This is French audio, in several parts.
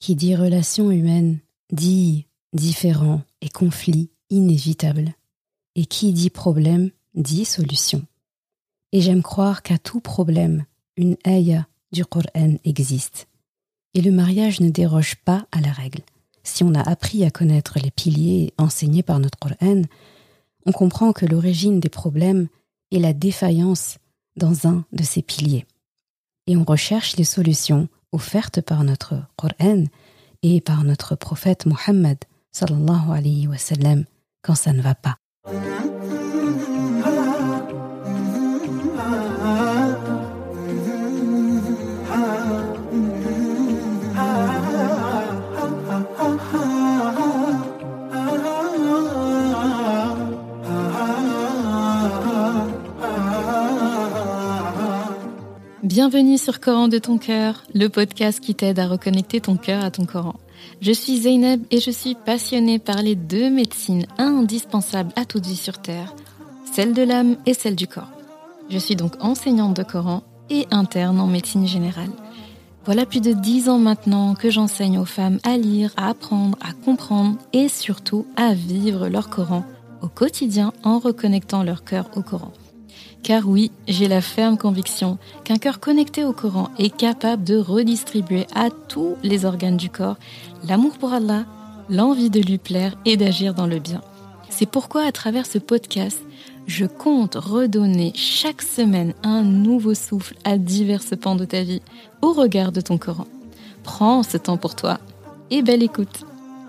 Qui dit relation humaine, dit différend et conflit inévitable. Et qui dit problème, dit solution. Et j'aime croire qu'à tout problème, une ayah du Coran existe. Et le mariage ne déroge pas à la règle. Si on a appris à connaître les piliers enseignés par notre Coran, on comprend que l'origine des problèmes est la défaillance dans un de ces piliers. Et on recherche les solutions offertes par notre Coran et par notre prophète Mohammed sallallahu alayhi wa sallam quand ça ne va pas. Bienvenue sur Coran de ton cœur, le podcast qui t'aide à reconnecter ton cœur à ton Coran. Je suis Zeynep et je suis passionnée par les deux médecines indispensables à toute vie sur Terre, celle de l'âme et celle du corps. Je suis donc enseignante de Coran et interne en médecine générale. Voilà plus de 10 ans maintenant que j'enseigne aux femmes à lire, à apprendre, à comprendre et surtout à vivre leur Coran au quotidien en reconnectant leur cœur au Coran. Car oui, j'ai la ferme conviction qu'un cœur connecté au Coran est capable de redistribuer à tous les organes du corps l'amour pour Allah, l'envie de lui plaire et d'agir dans le bien. C'est pourquoi à travers ce podcast, je compte redonner chaque semaine un nouveau souffle à divers pans de ta vie au regard de ton Coran. Prends ce temps pour toi et belle écoute.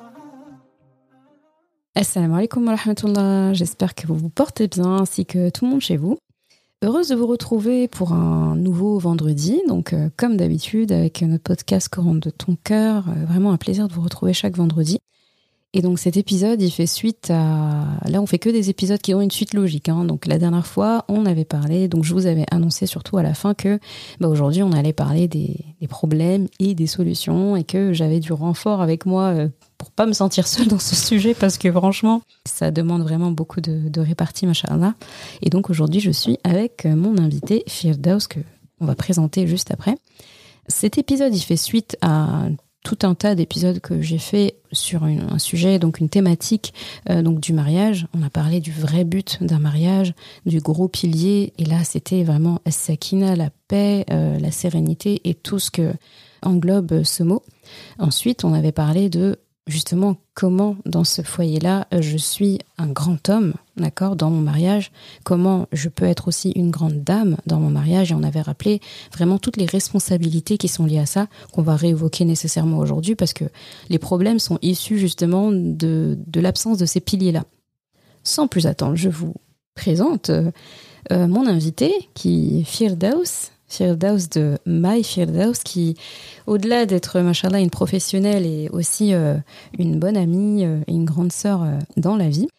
Assalamu alaikum wa rahmatullah, j'espère que vous vous portez bien ainsi que tout le monde chez vous. Heureuse de vous retrouver pour un nouveau vendredi, donc comme d'habitude avec notre podcast Coran de ton cœur, vraiment un plaisir de vous retrouver chaque vendredi. Et donc cet épisode, il fait suite à... Là, on fait que des épisodes qui ont une suite logique, hein. Donc la dernière fois, on avait parlé, donc je vous avais annoncé surtout à la fin que aujourd'hui, on allait parler des problèmes et des solutions et que j'avais du renfort avec moi pour pas me sentir seule dans ce sujet parce que franchement, ça demande vraiment beaucoup de répartie, machallah. Et donc aujourd'hui, je suis avec mon invité Firdaus que on va présenter juste après. Cet épisode, il fait suite à tout un tas d'épisodes que j'ai fait sur un sujet, donc une thématique donc du mariage. On a parlé du vrai but d'un mariage, du gros pilier, et là c'était vraiment as-sakina, la paix, la sérénité et tout ce que englobe ce mot. Ensuite, on avait parlé de justement comment dans ce foyer-là je suis un grand homme, d'accord, dans mon mariage, comment je peux être aussi une grande dame dans mon mariage, et on avait rappelé vraiment toutes les responsabilités qui sont liées à ça, qu'on va réévoquer nécessairement aujourd'hui parce que les problèmes sont issus justement de l'absence de ces piliers-là. Sans plus attendre, je vous présente mon invité qui est Firdaus de My Firdaus, qui, au-delà d'être, machallah, une professionnelle, est aussi une bonne amie et une grande sœur dans la vie.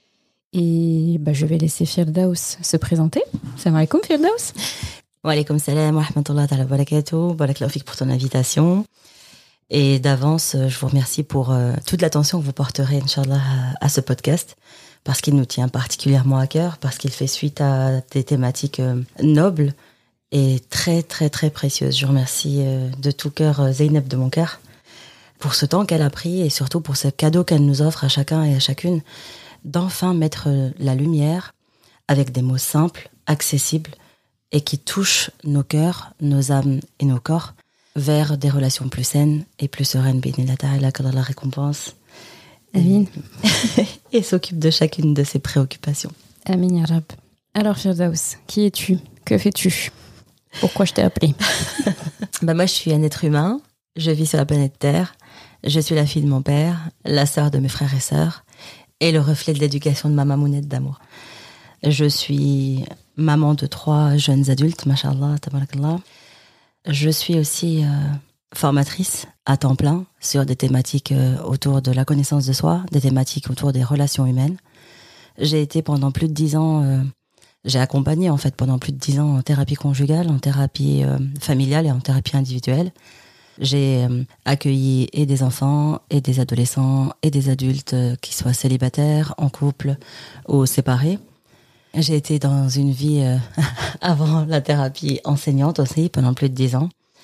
Et je vais laisser Firdaus se présenter. Salam alaikum Firdaus. Wa alaikum salam wa rahmatullahi wa barakatuh. Barakallahu fik pour ton invitation. Et d'avance, je vous remercie pour toute l'attention que vous porterez, Inch'Allah, à ce podcast, parce qu'il nous tient particulièrement à cœur, parce qu'il fait suite à des thématiques nobles et très, très, très précieuse. Je remercie de tout cœur Zeynep de mon cœur pour ce temps qu'elle a pris et surtout pour ce cadeau qu'elle nous offre à chacun et à chacune d'enfin mettre la lumière avec des mots simples, accessibles et qui touchent nos cœurs, nos âmes et nos corps vers des relations plus saines et plus sereines. Bi'idhnillah ta'ala, qu'Allah la récompense. Amin. Et s'occupe de chacune de ses préoccupations. Amin ya Rab. Alors Firdaus, qui es-tu? Que fais-tu? Pourquoi je t'ai appelé? Moi, je suis un être humain. Je vis sur la planète Terre. Je suis la fille de mon père, la sœur de mes frères et sœurs, et le reflet de l'éducation de ma mamounette d'amour. Je suis maman de 3 jeunes adultes, mashallah, tabarakallah. Je suis aussi formatrice à temps plein sur des thématiques autour de la connaissance de soi, des thématiques autour des relations humaines. J'ai été pendant plus de 10 ans... J'ai accompagné en fait pendant plus de 10 ans en thérapie conjugale, en thérapie familiale et en thérapie individuelle. J'ai accueilli et des enfants et des adolescents et des adultes qui soient célibataires, en couple ou séparés. J'ai été dans une vie avant la thérapie enseignante aussi pendant plus de 10 ans.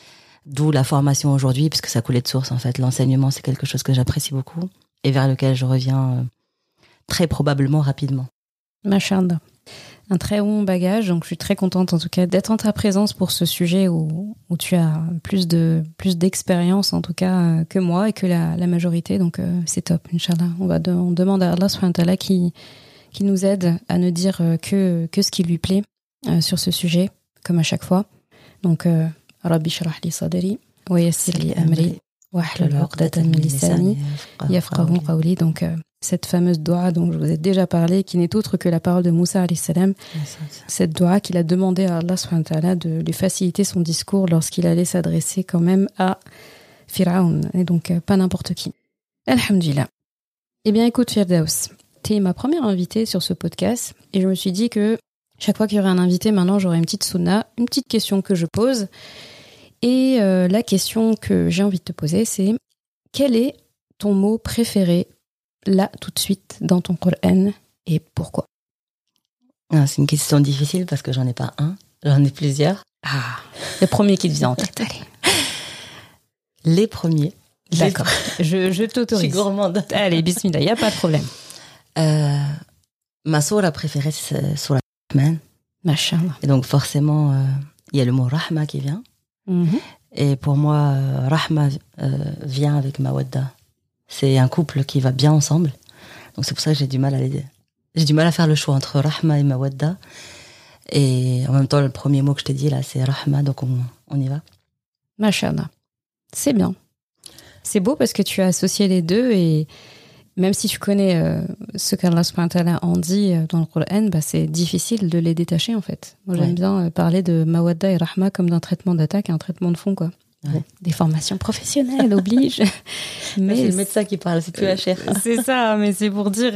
D'où la formation aujourd'hui, puisque ça coulait de source en fait. L'enseignement, c'est quelque chose que j'apprécie beaucoup et vers lequel je reviens très probablement rapidement. Machallah. Un très bon bagage, donc je suis très contente en tout cas d'être en ta présence pour ce sujet où tu as plus d'expérience en tout cas que moi et que la majorité, donc c'est top, Inch'Allah. On demande à Allah subhanahu wa ta'ala qui nous aide à ne dire que ce qui lui plaît sur ce sujet, comme à chaque fois. Donc, Rabbi shrah li sadri wa yassir li amri wahlul 'uqdatan min lisani yafqahu qawli. Donc, cette fameuse dua dont je vous ai déjà parlé, qui n'est autre que la parole de Moussa alayhi salam, cette dua qu'il a demandé à Allah subhanahu wa ta'ala de lui faciliter son discours lorsqu'il allait s'adresser quand même à Pharaon, et donc pas n'importe qui. Alhamdulillah. Eh bien écoute Firdaus, t'es ma première invitée sur ce podcast, et je me suis dit que chaque fois qu'il y aurait un invité, maintenant j'aurais une petite sunna, une petite question que je pose, et la question que j'ai envie de te poser, c'est quel est ton mot préféré là, tout de suite, dans ton Coran, et pourquoi? C'est une question difficile parce que j'en ai pas un, j'en ai plusieurs. Le premier qui te vient en tête, allez. Les premiers. D'accord, je t'autorise. Je suis gourmande. Allez, bismillah, il n'y a pas de problème. Ma sourate préférée, c'est sourate Rahman. Machallah. Et donc forcément, il y a le mot Rahma qui vient. Mm-hmm. Et pour moi, Rahma vient avec Mawadda. C'est un couple qui va bien ensemble. Donc c'est pour ça que j'ai du mal à faire le choix entre Rahma et Mawadda. Et en même temps, le premier mot que je t'ai dit là, c'est Rahma, donc on y va. Machallah. C'est bien. C'est beau parce que tu as associé les deux, et même si tu connais ce qu'Allah subhanahu wa ta'ala en dit dans le Coran, c'est difficile de les détacher en fait. Moi j'aime bien parler de Mawadda et Rahma comme d'un traitement d'attaque et un traitement de fond, quoi. Ouais. Bon, des formations professionnelles obligent. Mais c'est le médecin qui parle, c'est plus HR. C'est ça, mais c'est pour dire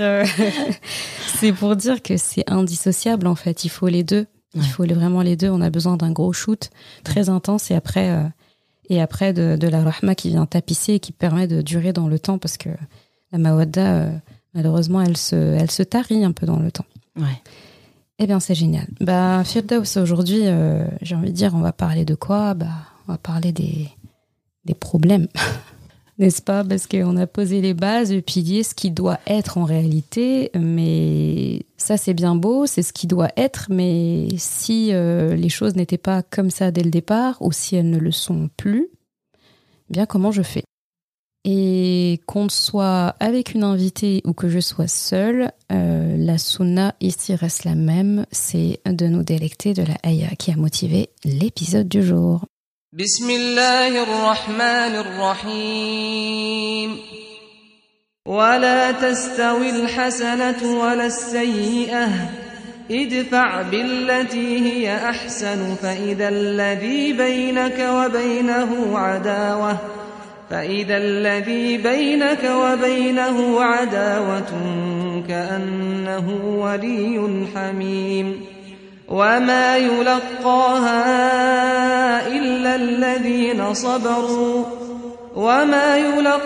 que c'est indissociable en fait. Il faut les deux. Il faut vraiment les deux. On a besoin d'un gros shoot très intense, et après de la rahma qui vient tapisser et qui permet de durer dans le temps, parce que la mawadda, malheureusement, elle se tarit un peu dans le temps. Ouais. Eh bien, c'est génial. Firdaus, aujourd'hui, j'ai envie de dire, on va parler de quoi? On va parler des problèmes, n'est-ce pas? Parce qu'on a posé les bases, le pilier, ce qui doit être en réalité, mais ça c'est bien beau, c'est ce qui doit être, mais si les choses n'étaient pas comme ça dès le départ, ou si elles ne le sont plus, eh bien comment je fais? Et qu'on soit avec une invitée ou que je sois seule, la sunna ici reste la même, c'est de nous délecter de la aya qui a motivé l'épisode du jour. Bismillahirrahmanirrahim. ولا تستوي الحسنة ولا السيئة ادفع بالتي هي أحسن فإذا الذي بينك وبينه عداوة كأنه ولي حميم وما يلقاها إلا الذين صبروا وما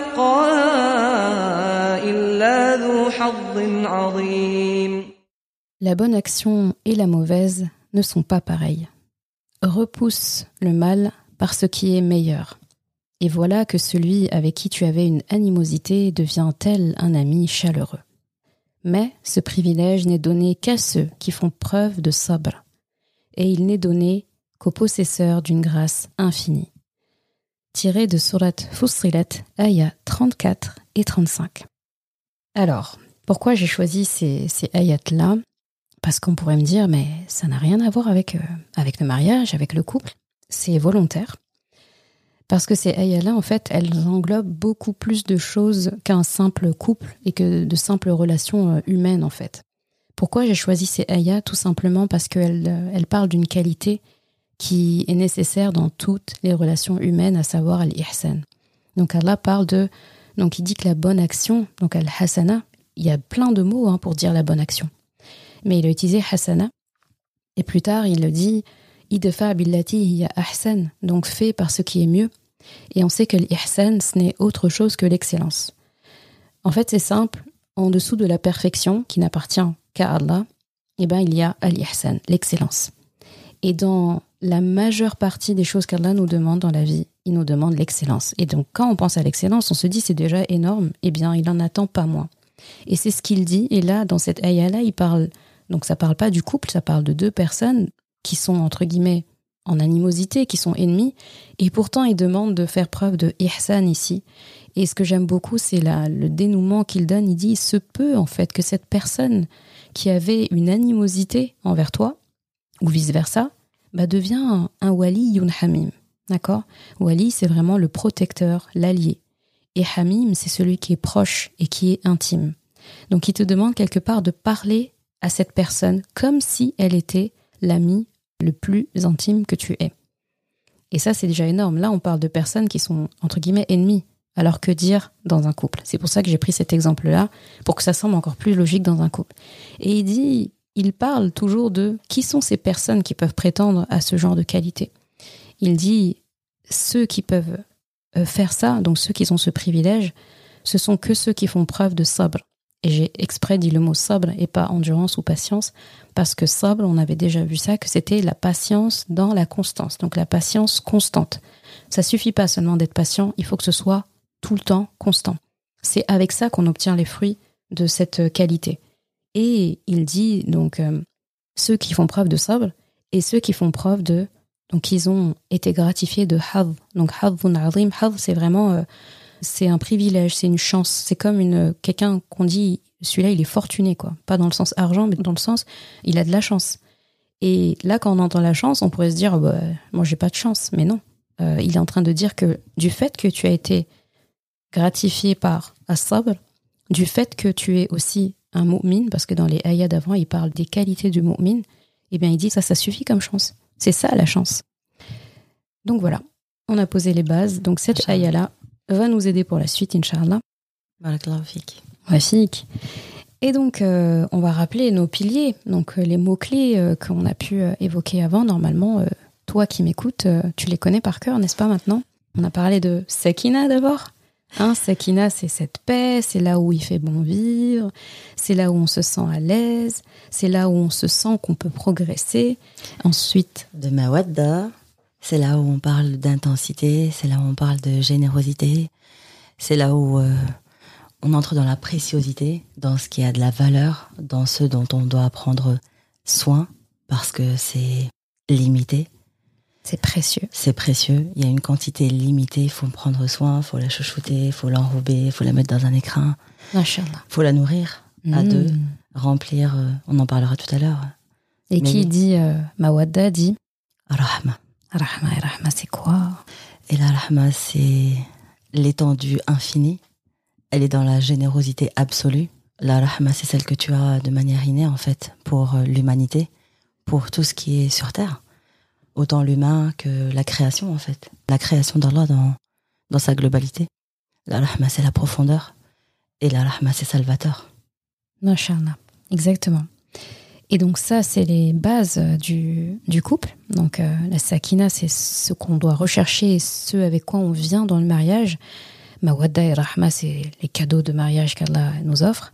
يلقاها إلا ذو حظ عظيم. La bonne action et la mauvaise ne sont pas pareilles. Repousse le mal par ce qui est meilleur. Et voilà que celui avec qui tu avais une animosité devient tel un ami chaleureux. Mais ce privilège n'est donné qu'à ceux qui font preuve de sabr, et il n'est donné qu'aux possesseurs d'une grâce infinie. Tiré de sourate Fussilat, ayat 34 et 35. Alors, pourquoi j'ai choisi ces ayats-là? Parce qu'on pourrait me dire, mais ça n'a rien à voir avec le mariage, avec le couple. C'est volontaire. Parce que ces ayats-là, en fait, elles englobent beaucoup plus de choses qu'un simple couple et que de simples relations humaines, en fait. Pourquoi j'ai choisi ces ayats? Tout simplement parce qu'elles parlent d'une qualité qui est nécessaire dans toutes les relations humaines, à savoir al-ihsan. Donc Allah parle donc il dit que la bonne action, donc al-hasana, il y a plein de mots pour dire la bonne action. Mais il a utilisé hasana, et plus tard il le dit idfa billati hiya ahsan, donc fait par ce qui est mieux. Et on sait que l'ihsan, ce n'est autre chose que l'excellence. En fait, c'est simple, en dessous de la perfection qui n'appartient qu'à Allah, il y a al-ihsan, l'excellence. Et dans la majeure partie des choses qu'Allah nous demande dans la vie, il nous demande l'excellence. Et donc, quand on pense à l'excellence, on se dit c'est déjà énorme. Eh bien, il en attend pas moins. Et c'est ce qu'il dit. Et là, dans cette ayah-là, il parle... Donc, ça parle pas du couple, ça parle de deux personnes qui sont, entre guillemets, en animosité, qui sont ennemis. Et pourtant, il demande de faire preuve de ihsan ici. Et ce que j'aime beaucoup, c'est le dénouement qu'il donne. Il dit, il se peut, en fait, que cette personne qui avait une animosité envers toi, ou vice-versa, devient un wali yun hamim. D'accord ? Wali, c'est vraiment le protecteur, l'allié. Et hamim, c'est celui qui est proche et qui est intime. Donc, il te demande quelque part de parler à cette personne comme si elle était l'ami le plus intime que tu aies. Et ça, c'est déjà énorme. Là, on parle de personnes qui sont, entre guillemets, ennemies. Alors que dire dans un couple ? C'est pour ça que j'ai pris cet exemple-là, pour que ça semble encore plus logique dans un couple. Et il parle toujours de qui sont ces personnes qui peuvent prétendre à ce genre de qualité. Il dit, ceux qui peuvent faire ça, donc ceux qui ont ce privilège, ce sont que ceux qui font preuve de sabr. Et j'ai exprès dit le mot sabr et pas endurance ou patience, parce que sabr, on avait déjà vu ça, que c'était la patience dans la constance, donc la patience constante. Ça suffit pas seulement d'être patient, il faut que ce soit tout le temps constant. C'est avec ça qu'on obtient les fruits de cette qualité. Et il dit donc ceux qui font preuve de sabr et ceux qui font preuve de... Donc ils ont été gratifiés de hadh. Donc hadhun azim, hadh c'est vraiment... c'est un privilège, c'est une chance. C'est comme quelqu'un qu'on dit, celui-là il est fortuné, quoi. Pas dans le sens argent, mais dans le sens, il a de la chance. Et là, quand on entend la chance, on pourrait se dire, moi j'ai pas de chance. Mais non, il est en train de dire que du fait que tu as été gratifié par as-sabr, du fait que tu es aussi un mu'min, parce que dans les ayats d'avant, il parle des qualités du mu'min, eh bien il dit que ça suffit comme chance. C'est ça la chance. Donc voilà, on a posé les bases. Donc cette ayah-là va nous aider pour la suite, Inch'Allah. Barakallahu fik. Rafik. Et donc, on va rappeler nos piliers, donc les mots-clés qu'on a pu évoquer avant. Normalement, toi qui m'écoutes, tu les connais par cœur, n'est-ce pas maintenant ? On a parlé de Sakina d'abord. Sakina, c'est cette paix, c'est là où il fait bon vivre, c'est là où on se sent à l'aise, c'est là où on se sent qu'on peut progresser. Ensuite, de Mawadda, c'est là où on parle d'intensité, c'est là où on parle de générosité, c'est là où on entre dans la préciosité, dans ce qui a de la valeur, dans ce dont on doit prendre soin, parce que c'est limité. C'est précieux. C'est précieux. Il y a une quantité limitée. Il faut en prendre soin. Il faut la chouchouter. Il faut l'enrober. Il faut la mettre dans un écrin. Machallah. Il faut la nourrir à deux. Remplir. On en parlera tout à l'heure. Et qui dit Mawadda dit Rahma. Rahma et Rahma, c'est quoi ? Et la Rahma, c'est l'étendue infinie. Elle est dans la générosité absolue. La Rahma, c'est celle que tu as de manière innée, en fait, pour l'humanité, pour tout ce qui est sur Terre. Autant l'humain que la création, en fait. La création d'Allah dans sa globalité. La rahma, c'est la profondeur. Et la rahma, c'est salvateur. Masha'Allah. Exactement. Et donc ça, c'est les bases du couple. Donc la sakina, c'est ce qu'on doit rechercher et ce avec quoi on vient dans le mariage. Mawadda et rahma, c'est les cadeaux de mariage qu'Allah nous offre.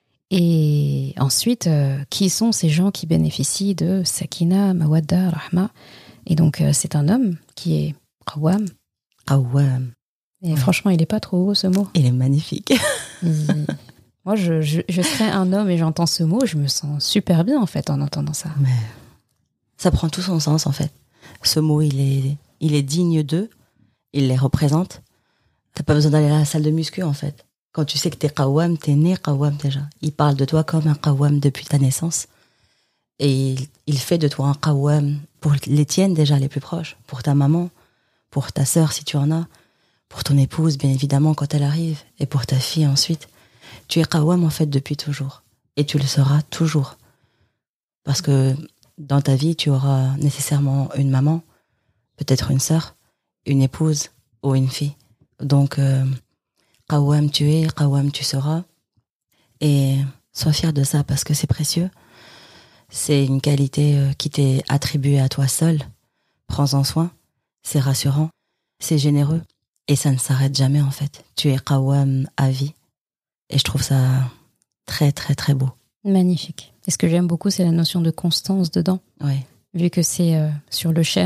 Et ensuite, qui sont ces gens qui bénéficient de sakina, mawadda, rahma ? Et donc, c'est un homme qui est qawwam. Qawwam. Et ouais. Franchement, il n'est pas trop haut, ce mot. Il est magnifique. Moi, je serais un homme et j'entends ce mot, je me sens super bien, en fait, en entendant ça. Mais ça prend tout son sens, en fait. Ce mot, il est digne d'eux. Il les représente. T'as pas besoin d'aller à la salle de muscu, en fait. Quand tu sais que t'es qawwam, t'es né qawwam déjà. Il parle de toi comme un qawwam depuis ta naissance. Et il fait de toi un qawwam pour les tiennes déjà les plus proches, pour ta maman, pour ta sœur si tu en as, pour ton épouse bien évidemment quand elle arrive, et pour ta fille ensuite. Tu es qawwam en fait depuis toujours, et tu le seras toujours. Parce que dans ta vie tu auras nécessairement une maman, peut-être une sœur, une épouse ou une fille. Donc qawwam tu es, qawwam tu seras, et sois fier de ça parce que c'est précieux. C'est une qualité qui t'est attribuée à toi seul. Prends-en soin. C'est rassurant. C'est généreux. Et ça ne s'arrête jamais, en fait. Tu es qawwam à vie. Et je trouve ça très, très, très beau. Magnifique. Et ce que j'aime beaucoup, c'est la notion de constance dedans. Oui. Vu que c'est sur le shem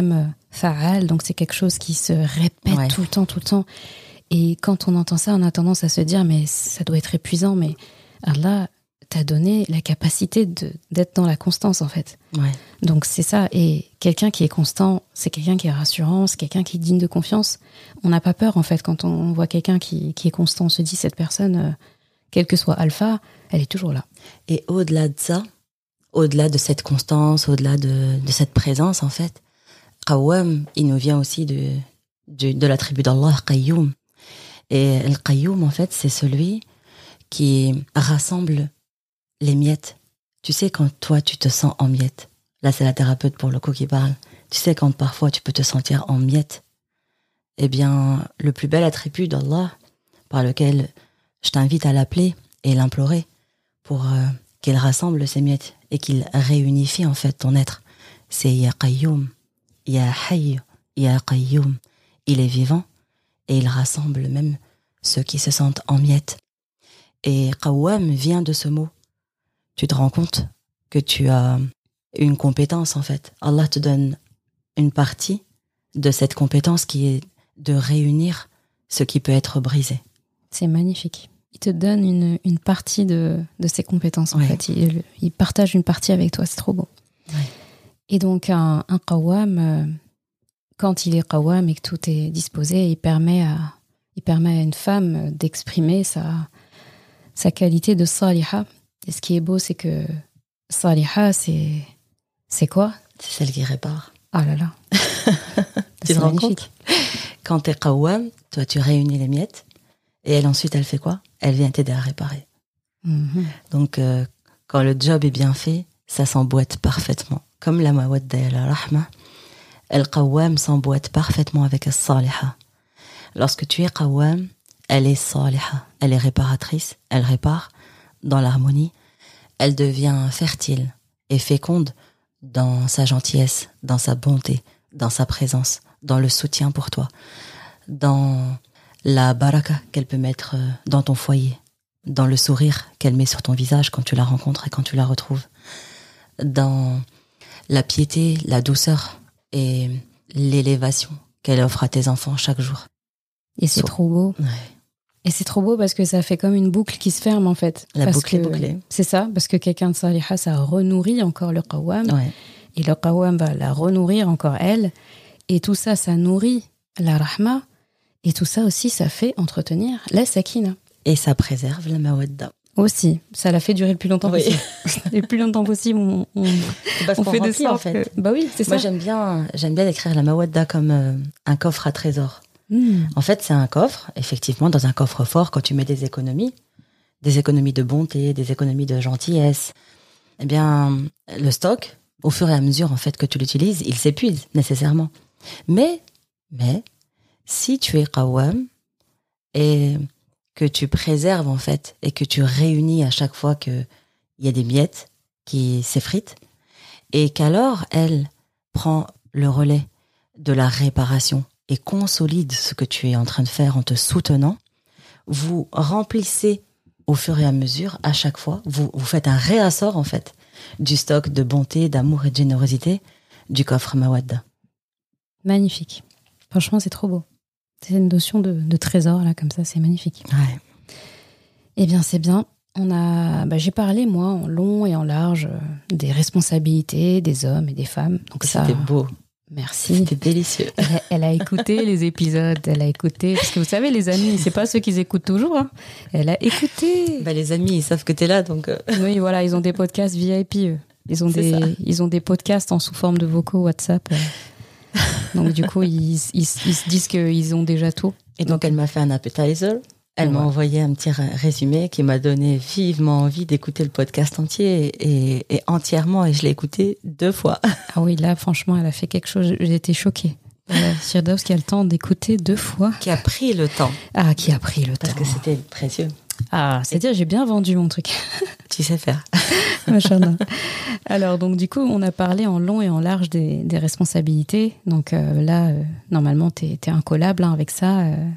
fa'al, donc c'est quelque chose qui se répète tout le temps. Et quand on entend ça, on a tendance à se dire, mais ça doit être épuisant, mais Allah t'a donné la capacité d'être dans la constance, en fait. Ouais. Donc c'est ça. Et quelqu'un qui est constant, c'est quelqu'un qui est rassurant, c'est quelqu'un qui est digne de confiance. On n'a pas peur, en fait, quand on voit quelqu'un qui est constant. On se dit, cette personne, quel que soit alpha, elle est toujours là. Et au-delà de ça, au-delà de cette constance, au-delà de cette présence, en fait, Qawwam, il nous vient aussi de la tribu d'Allah, Qayyum. Et le Qayyum, en fait, c'est celui qui rassemble les miettes. Tu sais, quand toi, tu te sens en miettes, là, c'est la thérapeute pour le coup qui parle, tu sais, quand parfois tu peux te sentir en miettes, eh bien, le plus bel attribut d'Allah, par lequel je t'invite à l'appeler et l'implorer pour qu'il rassemble ces miettes et qu'il réunifie, en fait, ton être, c'est Ya Qayyum, Ya Hayy, Ya Qayyum. Il est vivant et il rassemble même ceux qui se sentent en miettes. Et Qawwam vient de ce mot. Tu te rends compte que tu as une compétence, en fait. Allah te donne une partie de cette compétence qui est de réunir ce qui peut être brisé. C'est magnifique. Il te donne une partie de ses compétences, en fait. Il partage une partie avec toi, c'est trop beau. Ouais. Et donc, un Qawwam, quand il est Qawwam et que tout est disposé, il permet à une femme d'exprimer sa qualité de Saliha. Et ce qui est beau, c'est que Saliha, c'est quoi? C'est celle qui répare. Ah là là. Tu te rends compte? Quand t'es Qawwam, toi, tu réunis les miettes. Et elle, ensuite, elle fait quoi? Elle vient t'aider à réparer. Mm-hmm. Donc, quand le job est bien fait, ça s'emboîte parfaitement. Comme la mawadda et la rahma, el Qawwam s'emboîte parfaitement avec el Saliha. Lorsque tu es Qawwam, elle est Saliha. Elle est réparatrice. Elle répare dans l'harmonie. Elle devient fertile et féconde dans sa gentillesse, dans sa bonté, dans sa présence, dans le soutien pour toi, dans la baraka qu'elle peut mettre dans ton foyer, dans le sourire qu'elle met sur ton visage quand tu la rencontres et quand tu la retrouves, dans la piété, la douceur et l'élévation qu'elle offre à tes enfants chaque jour. Et c'est trop beau. Ouais. Et c'est trop beau parce que ça fait comme une boucle qui se ferme, en fait. La parce boucle est que, bouclée. C'est ça, parce que quelqu'un de Saliha, ça renourrit encore le Qawwam. Ouais. Et le Qawwam va la renourrir encore elle. Et tout ça, ça nourrit la Rahma. Et tout ça aussi, ça fait entretenir la Sakina. Et ça préserve la mawadda. Aussi, ça l'a fait durer le plus longtemps Oui. possible. Le plus longtemps possible, on fait de sorte en fait. que... Bah oui, c'est ça. Moi, j'aime bien décrire la mawadda comme un coffre à trésors. En fait, c'est un coffre, effectivement, dans un coffre-fort, quand tu mets des économies de bonté, des économies de gentillesse, eh bien, le stock, au fur et à mesure, en fait, que tu l'utilises, il s'épuise, nécessairement. Mais, si tu es Qawwam et que tu préserves, en fait, et que tu réunis à chaque fois qu'il y a des miettes qui s'effritent, et qu'alors, elle prend le relais de la réparation, et consolide ce que tu es en train de faire en te soutenant, vous remplissez au fur et à mesure, à chaque fois, vous faites un réassort, en fait, du stock de bonté, d'amour et de générosité du coffre Mawadda. Magnifique. Franchement, c'est trop beau. C'est une notion de trésor, là, comme ça, c'est magnifique. Ouais. Eh bien, c'est bien. J'ai parlé, moi, en long et en large, des responsabilités des hommes et des femmes. Donc C'était beau. Merci. C'était délicieux. Elle a écouté les épisodes, elle a écouté... Parce que vous savez, les amis, c'est pas ceux qui écoutent toujours. Hein. Elle a écouté. Les amis, ils savent que t'es là, donc... Oui, voilà, ils ont des podcasts VIP, eux. Ils ont des podcasts en sous forme de vocaux WhatsApp. Donc, du coup, ils se disent qu'ils ont déjà tout. Et donc, elle m'a fait un appetizer. Elle m'a envoyé un petit résumé qui m'a donné vivement envie d'écouter le podcast entier et entièrement, et je l'ai écouté 2 fois. Ah oui, là, franchement, elle a fait quelque chose. J'ai été choquée. Firdaus qui a le temps d'écouter 2 fois. Qui a pris le temps. Ah, qui a pris le temps. Parce que c'était précieux. Ah, c'est-à-dire, j'ai bien vendu mon truc. Tu sais faire. Machallah. Alors, donc, du coup, on a parlé en long et en large des responsabilités. Donc là, normalement, t'es incollable avec ça.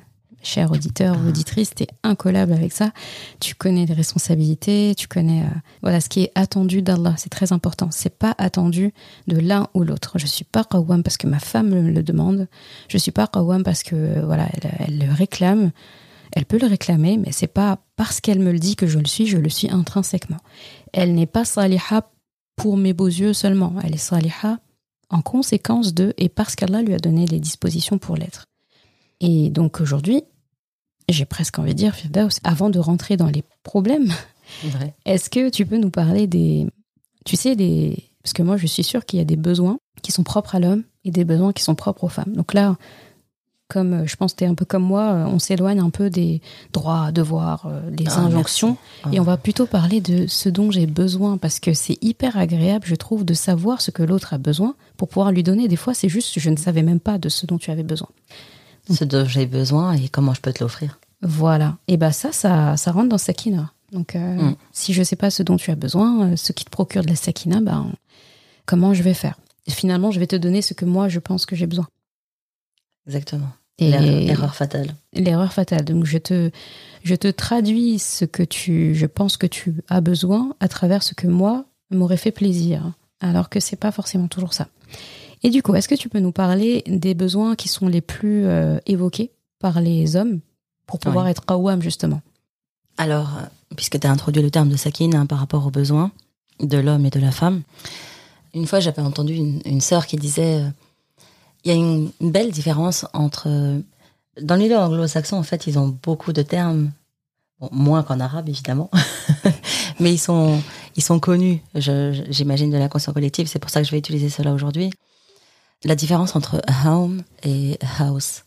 cher auditeur ou auditrice, t'es incollable avec ça. Tu connais les responsabilités, tu connais voilà ce qui est attendu d'Allah. C'est très important. C'est pas attendu de l'un ou l'autre. Je suis pas qawwam parce que ma femme me le demande. Je suis pas qawwam parce que voilà, elle le réclame. Elle peut le réclamer, mais c'est pas parce qu'elle me le dit que je le suis intrinsèquement. Elle n'est pas saliha pour mes beaux yeux seulement. Elle est saliha en conséquence de et parce qu'Allah lui a donné les dispositions pour l'être. Et donc aujourd'hui, j'ai presque envie de dire, Firdaus, avant de rentrer dans les problèmes, Ouais. est-ce que tu peux nous parler parce que moi je suis sûre qu'il y a des besoins qui sont propres à l'homme et des besoins qui sont propres aux femmes. Donc là, comme je pense que tu es un peu comme moi, on s'éloigne un peu des droits, devoirs, des injonctions, et on va plutôt parler de ce dont j'ai besoin, parce que c'est hyper agréable, je trouve, de savoir ce que l'autre a besoin pour pouvoir lui donner. Des fois, c'est juste, je ne savais même pas de ce dont tu avais besoin. Ce dont j'ai besoin et comment je peux te l'offrir. Voilà. Et bien ça rentre dans Sakina. Donc, si je ne sais pas ce dont tu as besoin, ce qui te procure de la Sakina, comment je vais faire ? Et finalement, je vais te donner ce que moi, je pense que j'ai besoin. Exactement. Et L'erreur fatale. L'erreur fatale. Donc, je te traduis ce que je pense que tu as besoin à travers ce que moi m'aurait fait plaisir, alors que c'est pas forcément toujours ça. Et du coup, est-ce que tu peux nous parler des besoins qui sont les plus évoqués par les hommes pour pouvoir être qawwam, justement ? Alors, puisque tu as introduit le terme de sakine par rapport aux besoins de l'homme et de la femme, une fois j'avais entendu une sœur qui disait il y a une belle différence entre... Dans le milieu anglo-saxon, en fait, ils ont beaucoup de termes, bon, moins qu'en arabe, évidemment, mais ils sont connus, j'imagine, de l'inconscient collectif. C'est pour ça que je vais utiliser cela aujourd'hui. La différence entre home et house.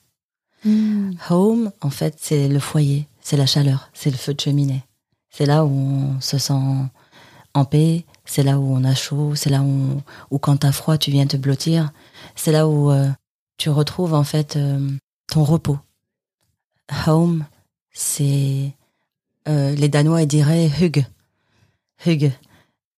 Home, en fait, c'est le foyer, c'est la chaleur, c'est le feu de cheminée. C'est là où on se sent en paix, c'est là où on a chaud, c'est là où quand t'as froid, tu viens te blottir. C'est là où tu retrouves en fait ton repos. Home, c'est... les Danois ils diraient hug. D'accord ?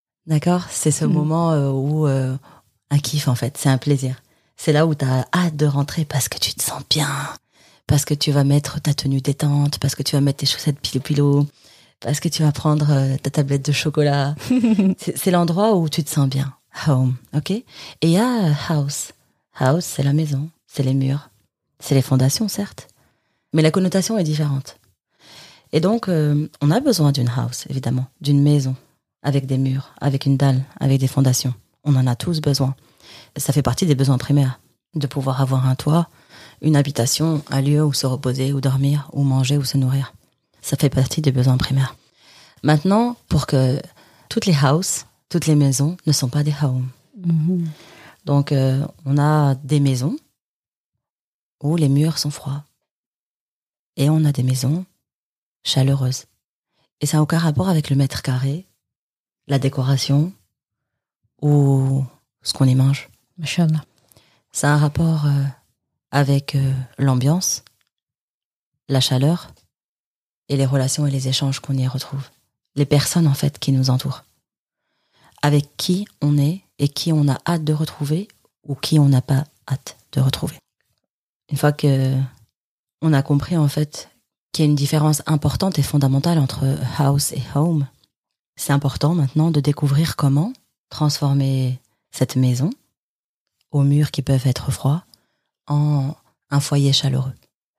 C'est ce moment où... un kiff en fait, c'est un plaisir. C'est là où t'as hâte de rentrer parce que tu te sens bien, parce que tu vas mettre ta tenue détente, parce que tu vas mettre tes chaussettes pilo-pilo, parce que tu vas prendre ta tablette de chocolat. C'est l'endroit où tu te sens bien. Home, ok ? Et il y a house. House, c'est la maison, c'est les murs, c'est les fondations, certes, mais la connotation est différente. Et donc, on a besoin d'une house, évidemment, d'une maison, avec des murs, avec une dalle, avec des fondations. On en a tous besoin. Ça fait partie des besoins primaires, de pouvoir avoir un toit, une habitation, un lieu où se reposer, ou dormir, ou manger, ou se nourrir. Ça fait partie des besoins primaires. Maintenant, pour que toutes les houses, toutes les maisons ne sont pas des homes. Donc, on a des maisons où les murs sont froids. Et on a des maisons chaleureuses. Et ça n'a aucun rapport avec le mètre carré, la décoration ou ce qu'on y mange. Machallah. Ça a un rapport avec l'ambiance, la chaleur et les relations et les échanges qu'on y retrouve. Les personnes, en fait, qui nous entourent. Avec qui on est et qui on a hâte de retrouver ou qui on n'a pas hâte de retrouver. Une fois que on a compris, en fait, qu'il y a une différence importante et fondamentale entre house et home, c'est important maintenant de découvrir comment transformer cette maison, aux murs qui peuvent être froids, en un foyer chaleureux.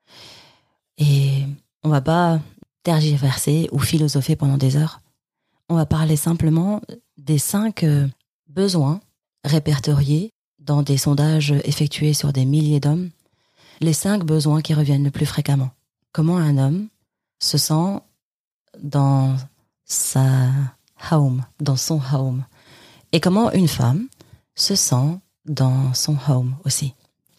Et on va pas tergiverser ou philosopher pendant des heures. On va parler simplement des 5 besoins répertoriés dans des sondages effectués sur des milliers d'hommes. Les 5 besoins qui reviennent le plus fréquemment. Comment un homme se sent dans sa home, dans son home. Et comment une femme se sent dans son home aussi.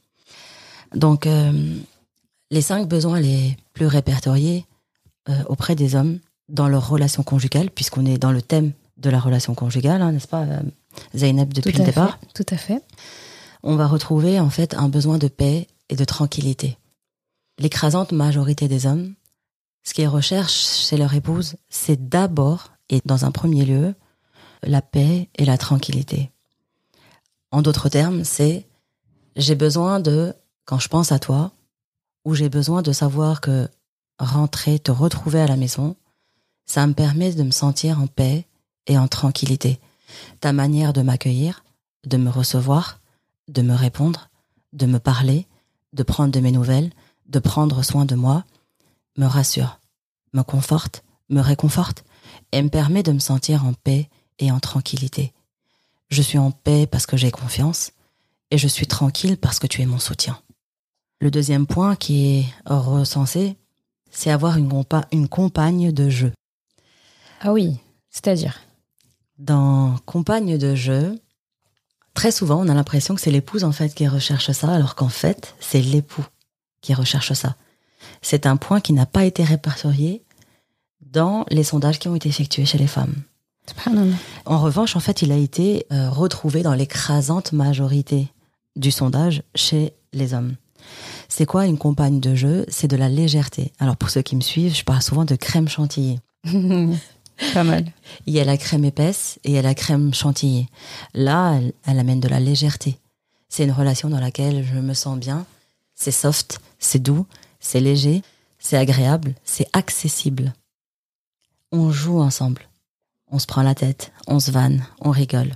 Donc, les 5 besoins les plus répertoriés auprès des hommes dans leur relation conjugale, puisqu'on est dans le thème de la relation conjugale, n'est-ce pas, Zeynep, depuis le départ ? Tout à fait. On va retrouver en fait un besoin de paix et de tranquillité. L'écrasante majorité des hommes, ce qu'ils recherchent chez leur épouse, c'est d'abord, et dans un premier lieu, la paix et la tranquillité. En d'autres termes, c'est j'ai besoin de, quand je pense à toi, où j'ai besoin de savoir que rentrer, te retrouver à la maison, ça me permet de me sentir en paix et en tranquillité. Ta manière de m'accueillir, de me recevoir, de me répondre, de me parler, de prendre de mes nouvelles, de prendre soin de moi, me rassure, me conforte, me réconforte et me permet de me sentir en paix et en tranquillité. Je suis en paix parce que j'ai confiance et je suis tranquille parce que tu es mon soutien. Le deuxième point qui est recensé, c'est avoir une compagne de jeu. Ah oui, c'est-à-dire? Dans compagne de jeu, très souvent, on a l'impression que c'est l'épouse en fait qui recherche ça, alors qu'en fait, c'est l'époux qui recherche ça. C'est un point qui n'a pas été répertorié dans les sondages qui ont été effectués chez les femmes. En revanche, en fait, il a été retrouvé dans l'écrasante majorité du sondage chez les hommes. C'est quoi une compagne de jeu? C'est de la légèreté. Alors pour ceux qui me suivent, je parle souvent de crème chantilly. Pas mal. Il y a la crème épaisse et il y a la crème chantilly. Là, elle amène de la légèreté. C'est une relation dans laquelle je me sens bien. C'est soft, c'est doux, c'est léger, c'est agréable, c'est accessible. On joue ensemble. On se prend la tête, on se vanne, on rigole.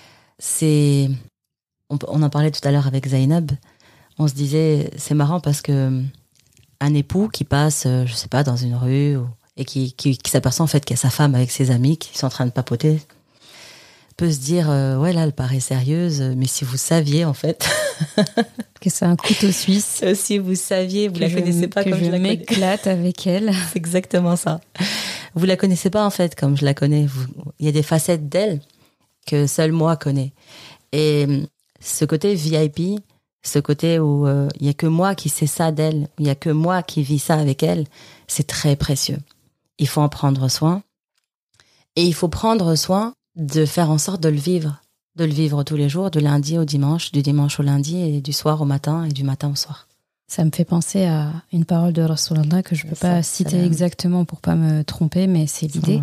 On en parlait tout à l'heure avec Zainab. On se disait, c'est marrant parce que un époux qui passe, je sais pas, dans une rue et qui s'aperçoit en fait qu'il y a sa femme avec ses amis qui sont en train de papoter, peut se dire, ouais là, elle paraît sérieuse, mais si vous saviez en fait que c'est un couteau suisse. Si vous saviez, vous la connaissez pas comme je la connais. Je m'éclate avec elle. C'est exactement ça. Vous la connaissez pas en fait comme je la connais. Il y a des facettes d'elle que seul moi connais. Et ce côté VIP, ce côté où il y a que moi qui sais ça d'elle, il y a que moi qui vis ça avec elle, c'est très précieux. Il faut en prendre soin. Et il faut prendre soin de faire en sorte de le vivre tous les jours, du lundi au dimanche, du dimanche au lundi et du soir au matin et du matin au soir. Ça me fait penser à une parole de Rasulallah que je ne peux pas citer exactement pour pas me tromper, mais c'est l'idée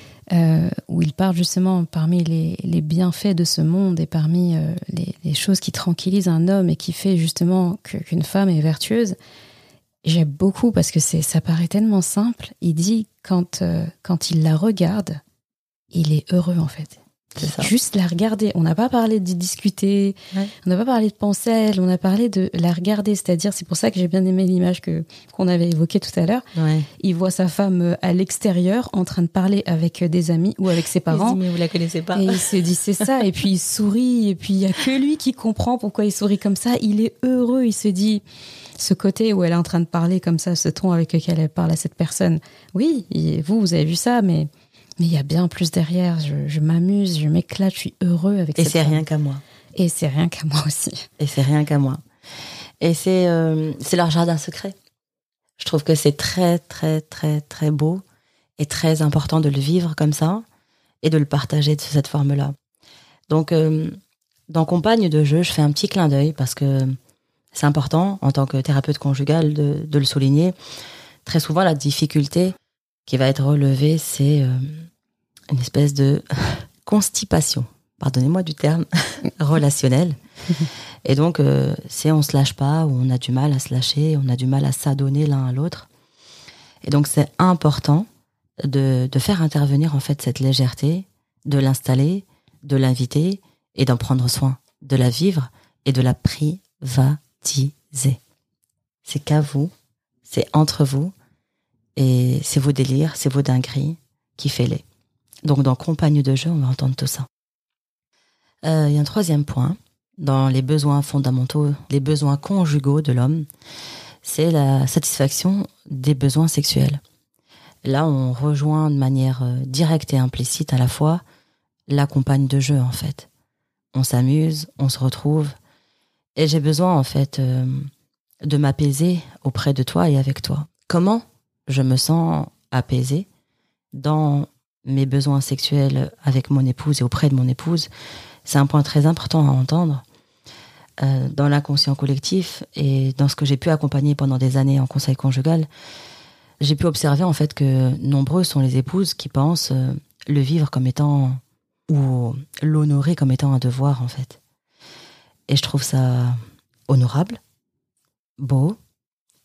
où il parle justement parmi les bienfaits de ce monde et parmi les choses qui tranquillisent un homme et qui fait justement qu'une femme est vertueuse. J'aime beaucoup parce que ça paraît tellement simple. Il dit quand il la regarde, il est heureux en fait. Juste la regarder. On n'a pas parlé de discuter, on n'a pas parlé de penser à elle, on a parlé de la regarder. C'est-à-dire, c'est pour ça que j'ai bien aimé l'image qu'on avait évoquée tout à l'heure. Ouais. Il voit sa femme à l'extérieur en train de parler avec des amis ou avec ses parents. Il se dit, mais vous la connaissez pas. Et il se dit, c'est ça. Et puis il sourit. Et puis il y a que lui qui comprend pourquoi il sourit comme ça. Il est heureux. Il se dit, ce côté où elle est en train de parler comme ça, ce ton avec lequel elle parle à cette personne. Oui, vous avez vu ça, mais il y a bien plus derrière. Je m'amuse, je m'éclate, je suis heureux avec cette femme. Et c'est rien qu'à moi. Et c'est rien qu'à moi aussi. Et c'est rien qu'à moi. Et c'est leur jardin secret. Je trouve que c'est très, très, très, très beau et très important de le vivre comme ça et de le partager de cette forme-là. Donc, dans Compagne de jeu, je fais un petit clin d'œil parce que c'est important, en tant que thérapeute conjugale, de le souligner. Très souvent, la difficulté qui va être relevée, c'est une espèce de constipation, pardonnez-moi du terme, relationnel. Et donc, c'est on se lâche pas, ou on a du mal à se lâcher, on a du mal à s'adonner l'un à l'autre. Et donc, c'est important de faire intervenir en fait cette légèreté, de l'installer, de l'inviter et d'en prendre soin, de la vivre et de la privatiser. C'est qu'à vous, c'est entre vous, et c'est vos délires, c'est vos dingueries, kiffez-les. Donc, dans Compagne de jeu, on va entendre tout ça. Il y a un troisième point, dans les besoins fondamentaux, les besoins conjugaux de l'homme, c'est la satisfaction des besoins sexuels. Là, on rejoint de manière directe et implicite à la fois la compagne de jeu, en fait. On s'amuse, on se retrouve, et j'ai besoin, en fait, de m'apaiser auprès de toi et avec toi. Comment je me sens apaisée dans mes besoins sexuels avec mon épouse et auprès de mon épouse? C'est un point très important à entendre. Dans l'inconscient collectif et dans ce que j'ai pu accompagner pendant des années en conseil conjugal, j'ai pu observer en fait que nombreuses sont les épouses qui pensent le vivre comme étant, ou l'honorer comme étant un devoir en fait. Et je trouve ça honorable, beau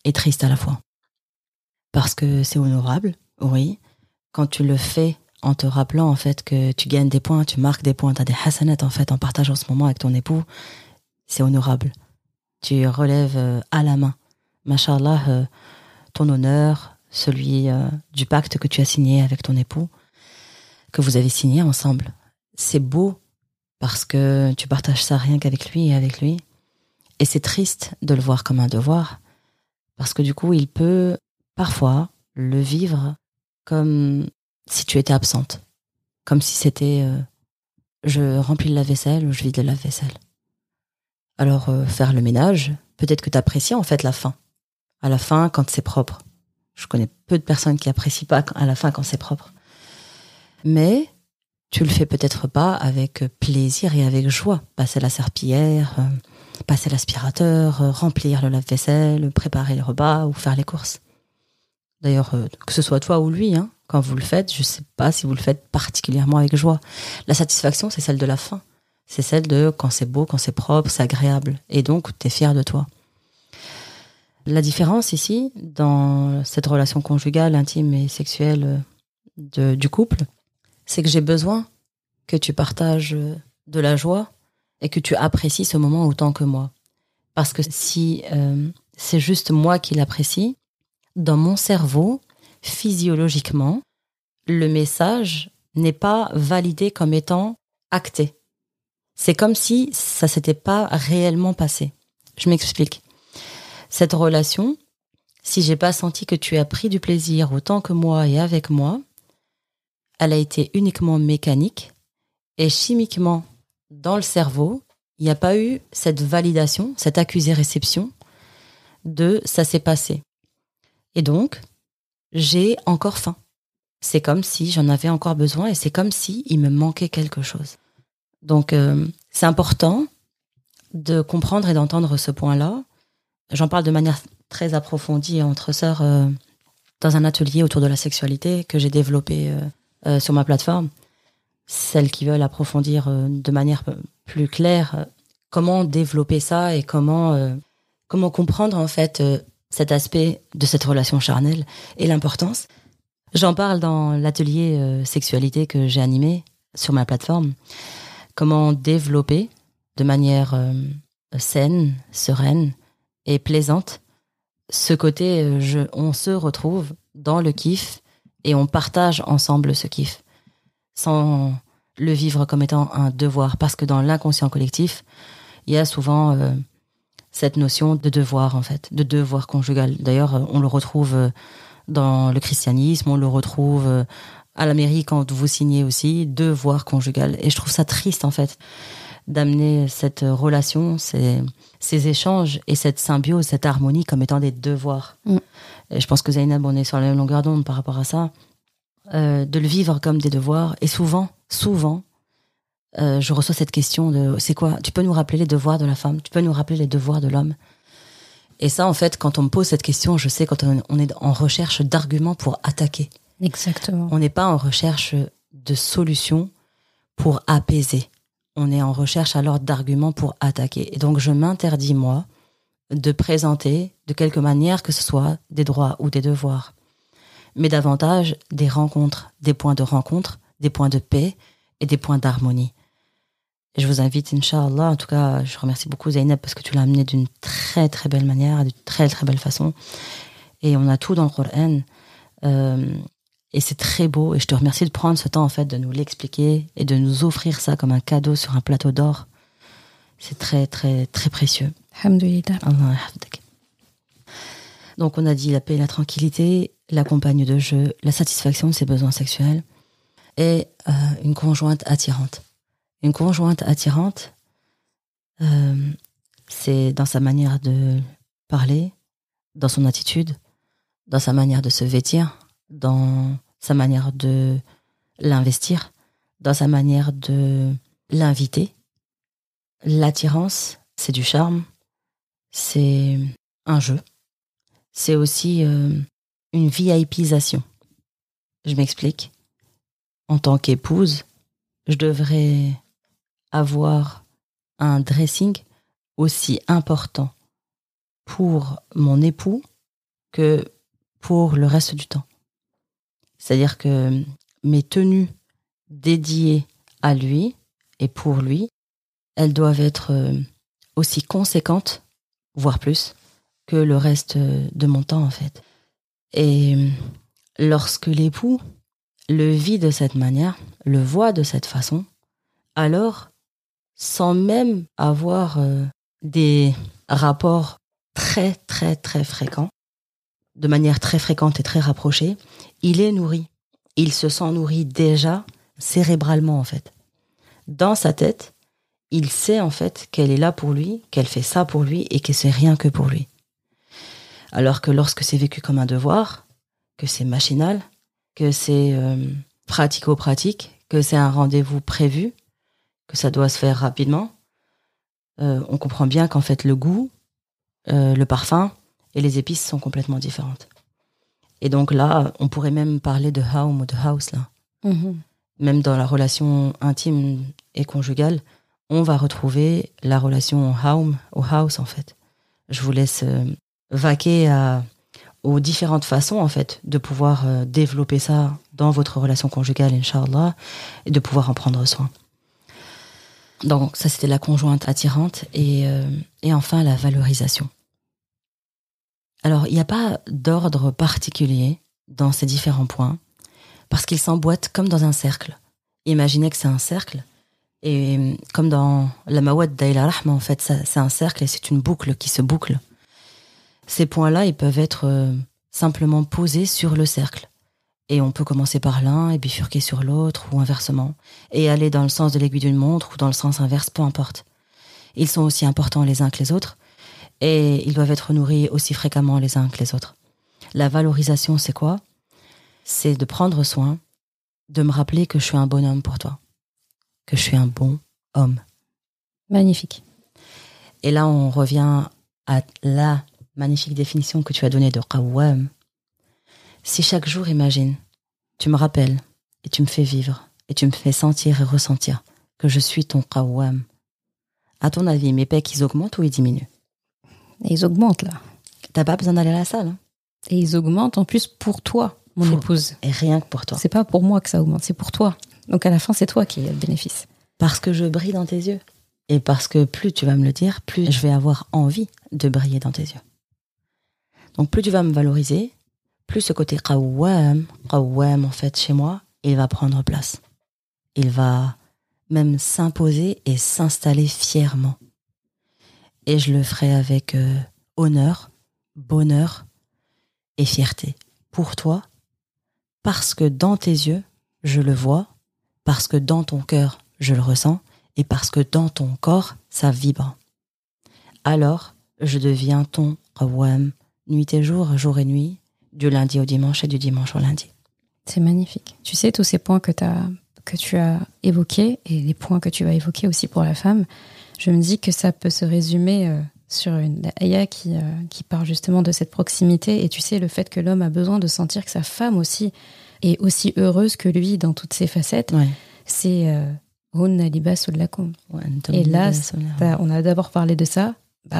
et triste à la fois. Parce que c'est honorable, oui. Quand tu le fais en te rappelant en fait que tu gagnes des points, tu marques des points, tu as des hasanat en fait en partageant ce moment avec ton époux, c'est honorable. Tu relèves à la main, Masha'Allah, ton honneur, celui du pacte que tu as signé avec ton époux, que vous avez signé ensemble. C'est beau parce que tu partages ça rien qu'avec lui et avec lui. Et c'est triste de le voir comme un devoir parce que du coup, il peut parfois le vivre comme si tu étais absente. Comme si c'était je remplis le lave-vaisselle ou je vide le lave-vaisselle. Alors, faire le ménage, peut-être que tu apprécies en fait la fin. À la fin, quand c'est propre. Je connais peu de personnes qui apprécient pas à la fin quand c'est propre. Mais tu le fais peut-être pas avec plaisir et avec joie. Passer la serpillière, passer l'aspirateur, remplir le lave-vaisselle, préparer les repas ou faire les courses. D'ailleurs, que ce soit toi ou lui, hein, quand vous le faites, je sais pas si vous le faites particulièrement avec joie. La satisfaction, c'est celle de la fin. C'est celle de quand c'est beau, quand c'est propre, c'est agréable. Et donc, tu es fier de toi. La différence ici, dans cette relation conjugale, intime et sexuelle du couple, c'est que j'ai besoin que tu partages de la joie et que tu apprécies ce moment autant que moi. Parce que si c'est juste moi qui l'apprécie, dans mon cerveau, physiologiquement, le message n'est pas validé comme étant acté. C'est comme si ça s'était pas réellement passé. Je m'explique. Cette relation, si j'ai pas senti que tu as pris du plaisir autant que moi et avec moi, elle a été uniquement mécanique et chimiquement dans le cerveau, il n'y a pas eu cette validation, cette accusé-réception de ça s'est passé. Et donc, j'ai encore faim. C'est comme si j'en avais encore besoin et c'est comme si il me manquait quelque chose. Donc, c'est important de comprendre et d'entendre ce point-là. J'en parle de manière très approfondie entre sœurs dans un atelier autour de la sexualité que j'ai développé sur ma plateforme. Celles qui veulent approfondir de manière plus claire comment développer ça et comment comprendre en fait cet aspect de cette relation charnelle et l'importance. J'en parle dans l'atelier sexualité que j'ai animé sur ma plateforme. Comment développer de manière saine, sereine et plaisante ce côté on se retrouve dans le kiff et on partage ensemble ce kiff sans le vivre comme étant un devoir, parce que dans l'inconscient collectif il y a souvent cette notion de devoir en fait, de devoir conjugal. D'ailleurs on le retrouve dans le christianisme, on le retrouve à la mairie quand vous signez aussi, devoir conjugal. Et je trouve ça triste en fait d'amener cette relation, ces échanges et cette symbiose, cette harmonie comme étant des devoirs. Et je pense que Zainab, on est sur la même longueur d'onde par rapport à ça. De le vivre comme des devoirs. Et souvent, je reçois cette question de c'est quoi ? Tu peux nous rappeler les devoirs de la femme ? Tu peux nous rappeler les devoirs de l'homme ? Et ça, en fait, quand on me pose cette question, je sais quand on est en recherche d'arguments pour attaquer. Exactement. On n'est pas en recherche de solutions pour apaiser. On est en recherche alors d'arguments pour attaquer. Et donc, je m'interdis, moi, de présenter de quelque manière que ce soit des droits ou des devoirs, mais davantage des rencontres, des points de rencontre, des points de paix et des points d'harmonie. Et je vous invite, Inch'Allah, en tout cas, je remercie beaucoup Zainab parce que tu l'as amené d'une très très belle manière, d'une très très belle façon. Et on a tout dans le Coran. Et c'est très beau. Et je te remercie de prendre ce temps, en fait, de nous l'expliquer et de nous offrir ça comme un cadeau sur un plateau d'or. C'est très très très précieux. Alhamdulillah. Allah yahfadek. Donc on a dit la paix et la tranquillité, la compagne de jeu, la satisfaction de ses besoins sexuels et une conjointe attirante. Une conjointe attirante, c'est dans sa manière de parler, dans son attitude, dans sa manière de se vêtir, dans sa manière de l'investir, dans sa manière de l'inviter. L'attirance, c'est du charme, c'est un jeu. C'est aussi une VIPisation. Je m'explique. En tant qu'épouse, je devrais avoir un dressing aussi important pour mon époux que pour le reste du temps. C'est-à-dire que mes tenues dédiées à lui et pour lui, elles doivent être aussi conséquentes, voire plus, que le reste de mon temps, en fait. Et lorsque l'époux le vit de cette manière, le voit de cette façon, alors, sans même avoir des rapports très, très, très fréquents, de manière très fréquente et très rapprochée, il est nourri. Il se sent nourri déjà cérébralement, en fait. Dans sa tête, il sait, en fait, qu'elle est là pour lui, qu'elle fait ça pour lui et que c'est rien que pour lui. Alors que lorsque c'est vécu comme un devoir, que c'est machinal, que c'est pratico-pratique, que c'est un rendez-vous prévu, que ça doit se faire rapidement, on comprend bien qu'en fait le goût, le parfum et les épices sont complètement différentes. Et donc là, on pourrait même parler de home ou de house là. Mm-hmm. Même dans la relation intime et conjugale, on va retrouver la relation home ou house en fait. Je vous laisse vaquer aux différentes façons en fait de pouvoir développer ça dans votre relation conjugale, Inch'Allah, et de pouvoir en prendre soin. Donc ça c'était la conjointe attirante et enfin la valorisation. Alors il n'y a pas d'ordre particulier dans ces différents points parce qu'ils s'emboîtent comme dans un cercle. Imaginez que c'est un cercle et comme dans la Mawadda et la Rahma en fait c'est un cercle et c'est une boucle qui se boucle. Ces points-là ils peuvent être simplement posés sur le cercle. Et on peut commencer par l'un et bifurquer sur l'autre ou inversement. Et aller dans le sens de l'aiguille d'une montre ou dans le sens inverse, peu importe. Ils sont aussi importants les uns que les autres et ils doivent être nourris aussi fréquemment les uns que les autres. La valorisation, c'est quoi ? C'est de prendre soin, de me rappeler que je suis un bon homme pour toi. Que je suis un bon homme. Magnifique. Et là, on revient à la magnifique définition que tu as donnée de qawwam. Si chaque jour, imagine, tu me rappelles et tu me fais vivre et tu me fais sentir et ressentir que je suis ton qawwam, à ton avis, mes pecs, ils augmentent ou ils diminuent ? Et ils augmentent, là. T'as pas besoin d'aller à la salle. Hein ? Et ils augmentent en plus pour toi, mon épouse. Et rien que pour toi. C'est pas pour moi que ça augmente, c'est pour toi. Donc à la fin, c'est toi qui as le bénéfice. Parce que je brille dans tes yeux. Et parce que plus tu vas me le dire, plus je vais avoir envie de briller dans tes yeux. Donc plus tu vas me valoriser, plus ce côté qawwam en fait chez moi, il va prendre place. Il va même s'imposer et s'installer fièrement. Et je le ferai avec honneur, bonheur et fierté. Pour toi, parce que dans tes yeux, je le vois, parce que dans ton cœur, je le ressens, et parce que dans ton corps, ça vibre. Alors, je deviens ton qawwam, nuit et jour, jour et nuit, du lundi au dimanche et du dimanche au lundi. C'est magnifique. Tu sais, tous ces points que tu as évoqués, et les points que tu vas évoquer aussi pour la femme, je me dis que ça peut se résumer sur une ayah qui parle justement de cette proximité. Et tu sais, le fait que l'homme a besoin de sentir que sa femme aussi est aussi heureuse que lui dans toutes ses facettes, ouais. C'est hunna libasul lakum. Et là, on a d'abord parlé de ça.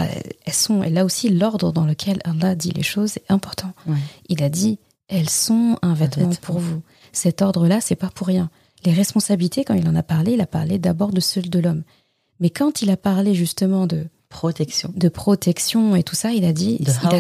Et là aussi, l'ordre dans lequel Allah dit les choses est important. Ouais. Il a dit, elles sont un vêtement pour vous. Cet ordre-là, c'est pas pour rien. Les responsabilités, quand il en a parlé, il a parlé d'abord de celles de l'homme. Mais quand il a parlé justement de protection et tout ça, il a dit...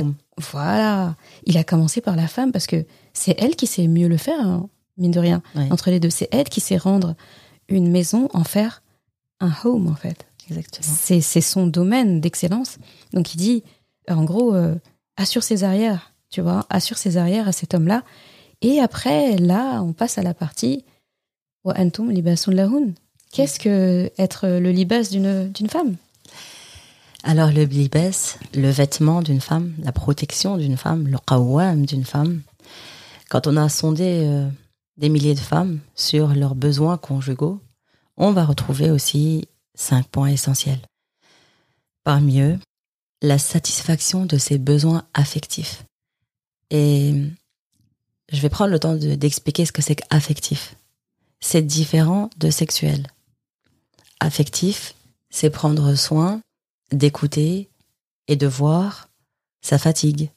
Il a commencé par la femme parce que c'est elle qui sait mieux le faire, hein, mine de rien. Oui. Entre les deux, c'est elle qui sait rendre une maison, en faire un home, en fait. Exactement. C'est son domaine d'excellence. Donc il dit, en gros, assure ses arrières, tu vois, assure ses arrières à cet homme-là. Et après, là, on passe à la partie wa antum libasun lahun. Qu'est-ce que être le libas d'une femme ? Alors le libas, le vêtement d'une femme, la protection d'une femme, le qawwam d'une femme. Quand on a sondé des milliers de femmes sur leurs besoins conjugaux, on va retrouver aussi 5 points essentiels. Parmi eux, la satisfaction de ses besoins affectifs. Et je vais prendre le temps d'expliquer ce que c'est qu'affectif. C'est différent de sexuel. Affectif, c'est prendre soin d'écouter et de voir sa fatigue,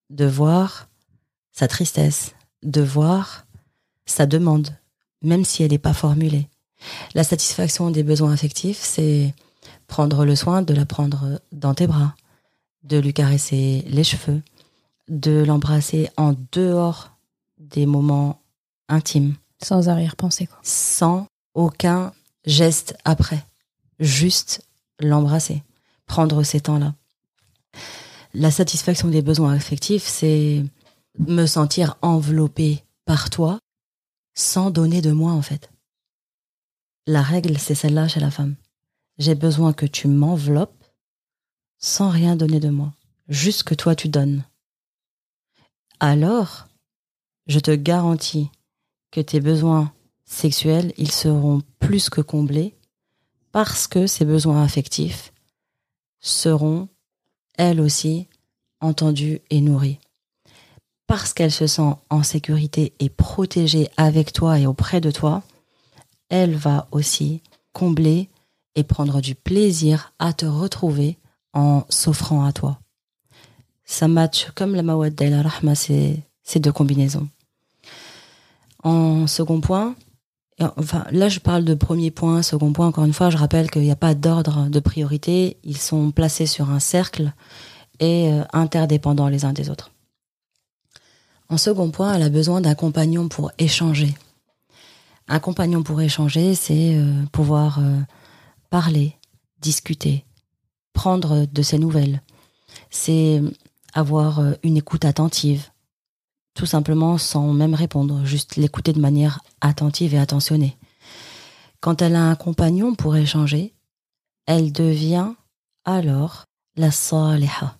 de voir sa tristesse, de voir sa demande, même si elle n'est pas formulée. La satisfaction des besoins affectifs, c'est prendre le soin de la prendre dans tes bras, de lui caresser les cheveux, de l'embrasser en dehors des moments intimes. Sans arrière-pensée, quoi. Sans aucun geste après. Juste l'embrasser. Prendre ces temps-là. La satisfaction des besoins affectifs, c'est me sentir enveloppée par toi sans donner de moi, en fait. La règle, c'est celle-là chez la femme. J'ai besoin que tu m'enveloppes sans rien donner de moi. Juste que toi, tu donnes. Alors, je te garantis que tes besoins sexuels, ils seront plus que comblés parce que ces besoins affectifs seront, elles aussi, entendus et nourris. Parce qu'elle se sent en sécurité et protégée avec toi et auprès de toi, elle va aussi combler et prendre du plaisir à te retrouver en s'offrant à toi. Ça match comme la mawadda et la rahma, ces deux combinaisons. En second point, enfin là je parle de premier point, second point, encore une fois, je rappelle qu'il n'y a pas d'ordre de priorité, ils sont placés sur un cercle et interdépendants les uns des autres. En second point, elle a besoin d'un compagnon pour échanger. Un compagnon pour échanger, c'est pouvoir parler, discuter, prendre de ses nouvelles. C'est avoir une écoute attentive, tout simplement sans même répondre, juste l'écouter de manière attentive et attentionnée. Quand elle a un compagnon pour échanger, elle devient alors la saliha.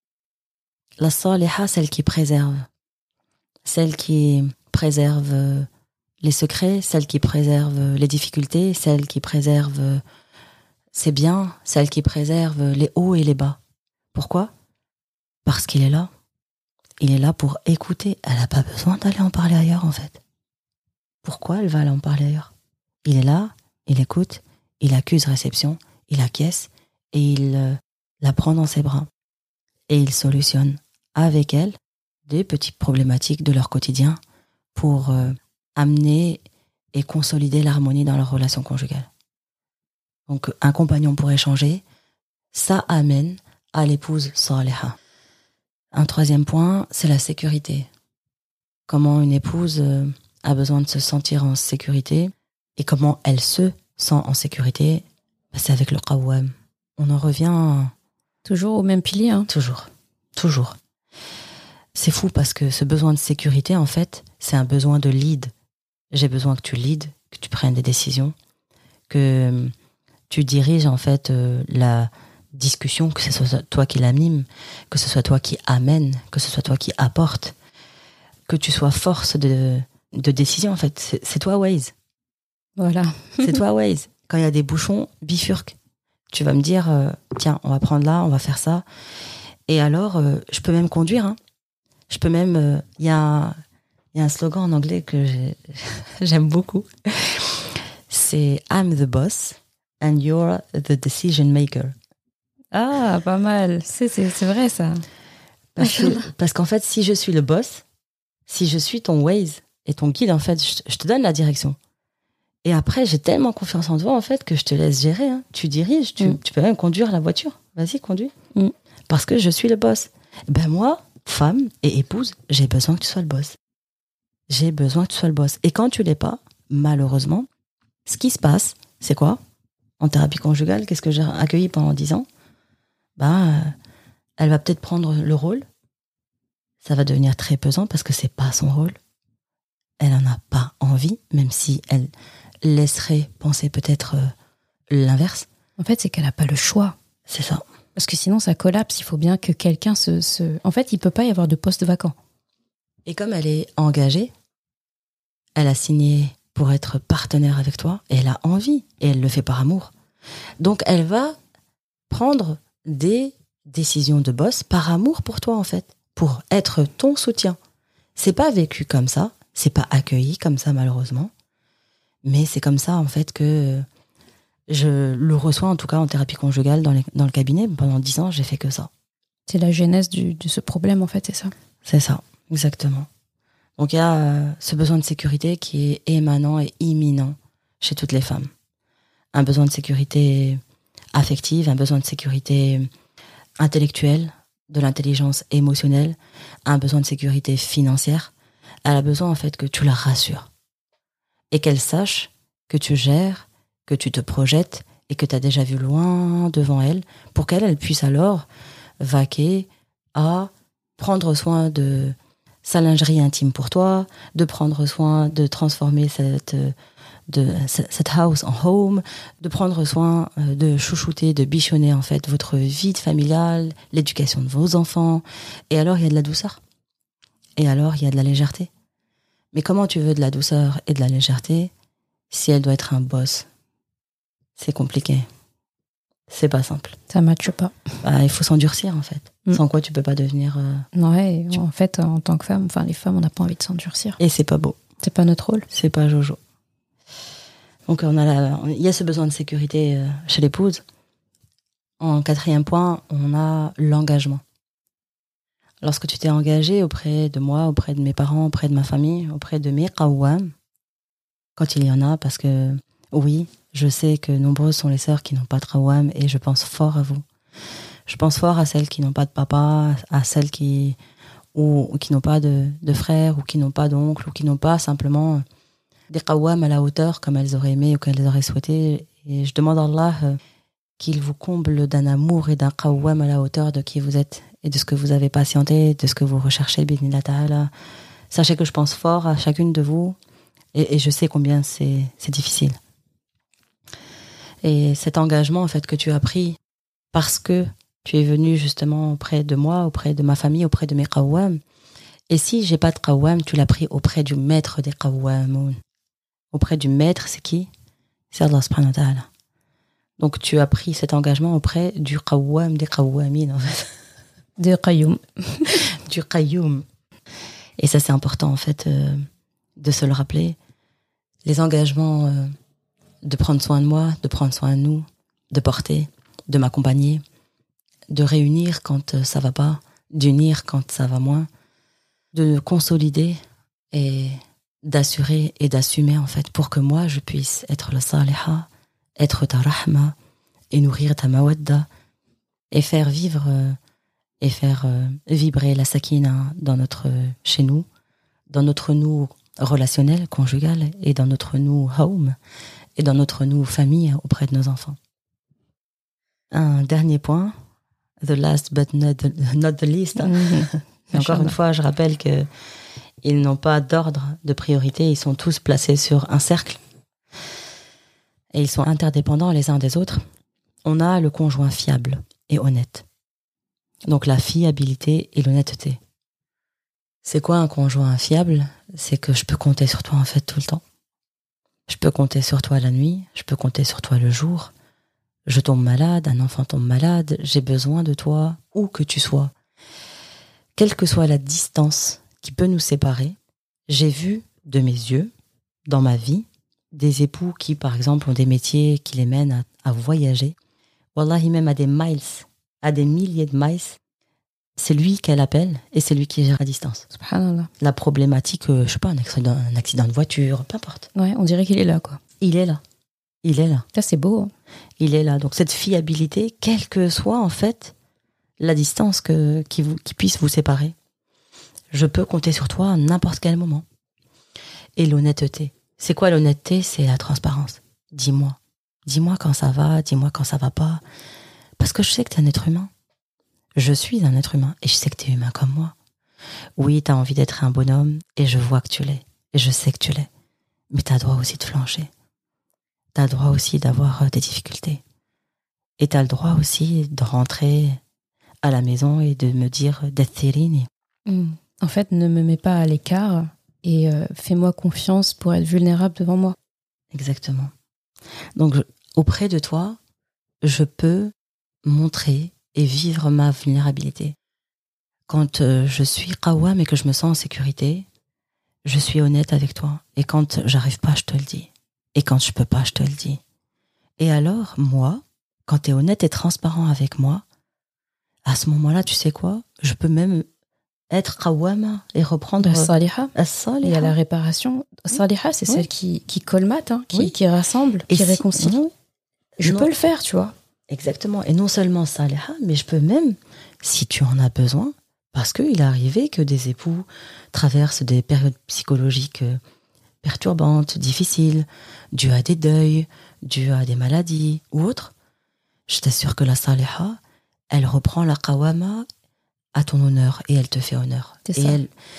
La saliha, celle qui préserve. Celle qui préserve les secrets, celle qui préserve les difficultés, celle qui préserve ses biens, celle qui préserve les hauts et les bas. Pourquoi ? Parce qu'il est là. Il est là pour écouter. Elle n'a pas besoin d'aller en parler ailleurs, en fait. Pourquoi elle va aller en parler ailleurs ? Il est là, il écoute, il accuse réception, il acquiesce et il la prend dans ses bras. Et il solutionne avec elle des petites problématiques de leur quotidien pour amener et consolider l'harmonie dans leur relation conjugale. Donc, un compagnon pour échanger, ça amène à l'épouse saliha. Un troisième point, c'est la sécurité. Comment une épouse a besoin de se sentir en sécurité et comment elle se sent en sécurité, c'est avec le qawwam. On en revient... Toujours au même pilier, hein. Toujours. C'est fou parce que ce besoin de sécurité, en fait, c'est un besoin de lead. J'ai besoin que tu leads, que tu prennes des décisions, que tu diriges, en fait, la discussion, que ce soit toi qui l'anime, que ce soit toi qui amène, que ce soit toi qui apporte, que tu sois force de décision, en fait. C'est toi, Waze. Voilà. C'est toi, Waze. Quand il y a des bouchons, bifurque. Tu vas me dire, tiens, on va prendre là, on va faire ça. Et alors, je peux même conduire. Hein. Je peux même... Il y a un slogan en anglais que j'aime beaucoup. C'est « I'm the boss and you're the decision maker ». Ah, pas mal. C'est vrai, ça. Parce qu'en fait, si je suis le boss, si je suis ton Waze et ton guide, en fait, je te donne la direction. Et après, j'ai tellement confiance en toi, en fait, que je te laisse gérer. Hein. Tu diriges, tu peux même conduire la voiture. Vas-y, conduis. Parce que je suis le boss. Ben moi, femme et épouse, j'ai besoin que tu sois le boss. J'ai besoin que tu sois le boss. Et quand tu l'es pas, malheureusement, ce qui se passe, c'est quoi ? En thérapie conjugale, qu'est-ce que j'ai accueilli pendant 10 ans ? Elle va peut-être prendre le rôle. Ça va devenir très pesant parce que c'est pas son rôle. Elle en a pas envie, même si elle laisserait penser peut-être l'inverse. En fait, c'est qu'elle a pas le choix. C'est ça. Parce que sinon, ça collapse. Il faut bien que quelqu'un En fait, il peut pas y avoir de poste vacant. Et comme elle est engagée, elle a signé pour être partenaire avec toi, et elle a envie, et elle le fait par amour. Donc, elle va prendre des décisions de boss par amour pour toi, en fait, pour être ton soutien. C'est pas vécu comme ça, c'est pas accueilli comme ça, malheureusement, mais c'est comme ça, en fait, que je le reçois, en tout cas en thérapie conjugale dans le cabinet. Pendant 10 ans, j'ai fait que ça. C'est la genèse de ce problème, en fait, c'est ça. C'est ça, exactement. Donc il y a ce besoin de sécurité qui est émanant et imminent chez toutes les femmes. Un besoin de sécurité affective, un besoin de sécurité intellectuelle, de l'intelligence émotionnelle, un besoin de sécurité financière. Elle a besoin en fait que tu la rassures et qu'elle sache que tu gères, que tu te projettes et que tu as déjà vu loin devant elle pour qu'elle puisse alors vaquer à prendre soin de sa lingerie intime pour toi, de prendre soin de transformer cette house en home, de prendre soin de chouchouter, de bichonner en fait votre vie familiale, l'éducation de vos enfants. Et alors il y a de la douceur. Et alors il y a de la légèreté. Mais comment tu veux de la douceur et de la légèreté si elle doit être un boss? C'est compliqué. C'est pas simple. Ça matche pas. Il faut s'endurcir en fait. Sans quoi tu peux pas devenir... Ouais, en fait, en tant que femme, les femmes, on n'a pas envie de s'endurcir. Et c'est pas beau. C'est pas notre rôle. C'est pas Jojo. Donc il y a ce besoin de sécurité chez l'épouse. En 4e point, on a l'engagement. Lorsque tu t'es engagé auprès de moi, auprès de mes parents, auprès de ma famille, auprès de mes qawwam, quand il y en a, parce que oui, je sais que nombreuses sont les sœurs qui n'ont pas de qawwam et je pense fort à vous. Je pense fort à celles qui n'ont pas de papa, à celles qui n'ont pas de frères, ou qui n'ont pas d'oncle, ou qui n'ont pas simplement des qawwam à la hauteur comme elles auraient aimé ou qu'elles auraient souhaité. Et je demande à Allah qu'il vous comble d'un amour et d'un qawwam à la hauteur de qui vous êtes et de ce que vous avez patienté, de ce que vous recherchez, bi'idhnillah ta'ala. Sachez que je pense fort à chacune de vous et je sais combien c'est difficile. Et cet engagement en fait que tu as pris parce que tu es venu justement auprès de moi, auprès de ma famille, auprès de mes qawwam. Et si j'ai pas de qawwam, tu l'as pris auprès du maître des qawwamoun. Auprès du maître, c'est qui? C'est Allah subhanahu wa ta'ala. Donc tu as pris cet engagement auprès du qawwam des qawwamin en fait. Du qayyum. Du qayyum. Et ça c'est important en fait de se le rappeler. Les engagements de prendre soin de moi, de prendre soin de nous, de porter, de m'accompagner, de réunir quand ça va pas, d'unir quand ça va moins, de consolider et d'assurer et d'assumer en fait pour que moi je puisse être la saliha, être ta rahma et nourrir ta mawadda et faire vivre et faire vibrer la sakina chez nous, dans notre nous relationnel, conjugal et dans notre nous home et dans notre nous famille auprès de nos enfants. Un dernier point, the last but not the least. Encore une fois, je rappelle que ils n'ont pas d'ordre de priorité, ils sont tous placés sur un cercle et ils sont interdépendants les uns des autres. On a le conjoint fiable et honnête. Donc la fiabilité et l'honnêteté. C'est quoi un conjoint fiable? C'est que je peux compter sur toi en fait tout le temps. Je peux compter sur toi la nuit, je peux compter sur toi le jour. Je tombe malade, un enfant tombe malade, j'ai besoin de toi où que tu sois. Quelle que soit la distance qui peut nous séparer, j'ai vu de mes yeux, dans ma vie, des époux qui, par exemple, ont des métiers qui les mènent à voyager. Wallahi, même à des miles, à des milliers de miles, c'est lui qu'elle appelle et c'est lui qui gère à distance. Subhanallah. La problématique, je sais pas, un accident de voiture, peu importe. Ouais, on dirait qu'il est là, quoi. Il est là. Il est là. Ça, c'est beau. Hein. Il est là. Donc cette fiabilité, quelle que soit en fait la distance qui puisse vous séparer, je peux compter sur toi à n'importe quel moment. Et l'honnêteté. C'est quoi l'honnêteté? C'est la transparence. Dis-moi. Dis-moi quand ça va, dis-moi quand ça va pas. Parce que je sais que t'es un être humain. Je suis un être humain et je sais que t'es humain comme moi. Oui, t'as envie d'être un bonhomme et je vois que tu l'es. Et je sais que tu l'es. Mais t'as le droit aussi de flancher. T'as le droit aussi d'avoir des difficultés. Et t'as le droit aussi de rentrer à la maison et de me dire d'athirini. En fait, ne me mets pas à l'écart et fais-moi confiance pour être vulnérable devant moi. Exactement. Donc, auprès de toi, je peux montrer et vivre ma vulnérabilité. Quand je suis qawwam et que je me sens en sécurité, je suis honnête avec toi. Et quand j'arrive pas, je te le dis. Et quand je peux pas, je te le dis. Et alors, moi, quand t'es honnête et transparent avec moi, à ce moment-là, tu sais quoi? Je peux même être qawwama et reprendre As-saliha. as-saliha. Il y a la réparation. Saliha, c'est Oui. celle qui colmate, Oui. qui rassemble, Et qui si- réconcilie. oui, Je Non. peux le faire, tu vois. exactement. Et non seulement saliha, mais je peux même, si tu en as besoin, parce qu'il est arrivé que des époux traversent des périodes psychologiques perturbantes, difficiles, dues à des deuils, dues à des maladies ou autres. Je t'assure que la saliha, elle reprend la qawama à ton honneur et elle te fait honneur. C'est Et ça.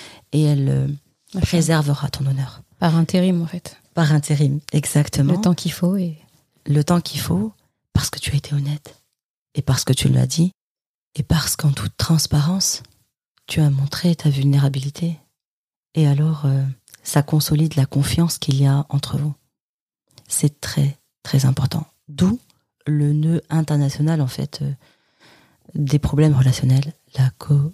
elle préservera ton honneur. Par intérim, en fait. Par intérim, exactement. Le temps qu'il faut. Et... Le temps qu'il faut, parce que tu as été honnête, et parce que tu l'as dit, et parce qu'en toute transparence, tu as montré ta vulnérabilité. Et alors, ça consolide la confiance qu'il y a entre vous. C'est très, très important. D'où le nœud international, en fait, des problèmes relationnels, la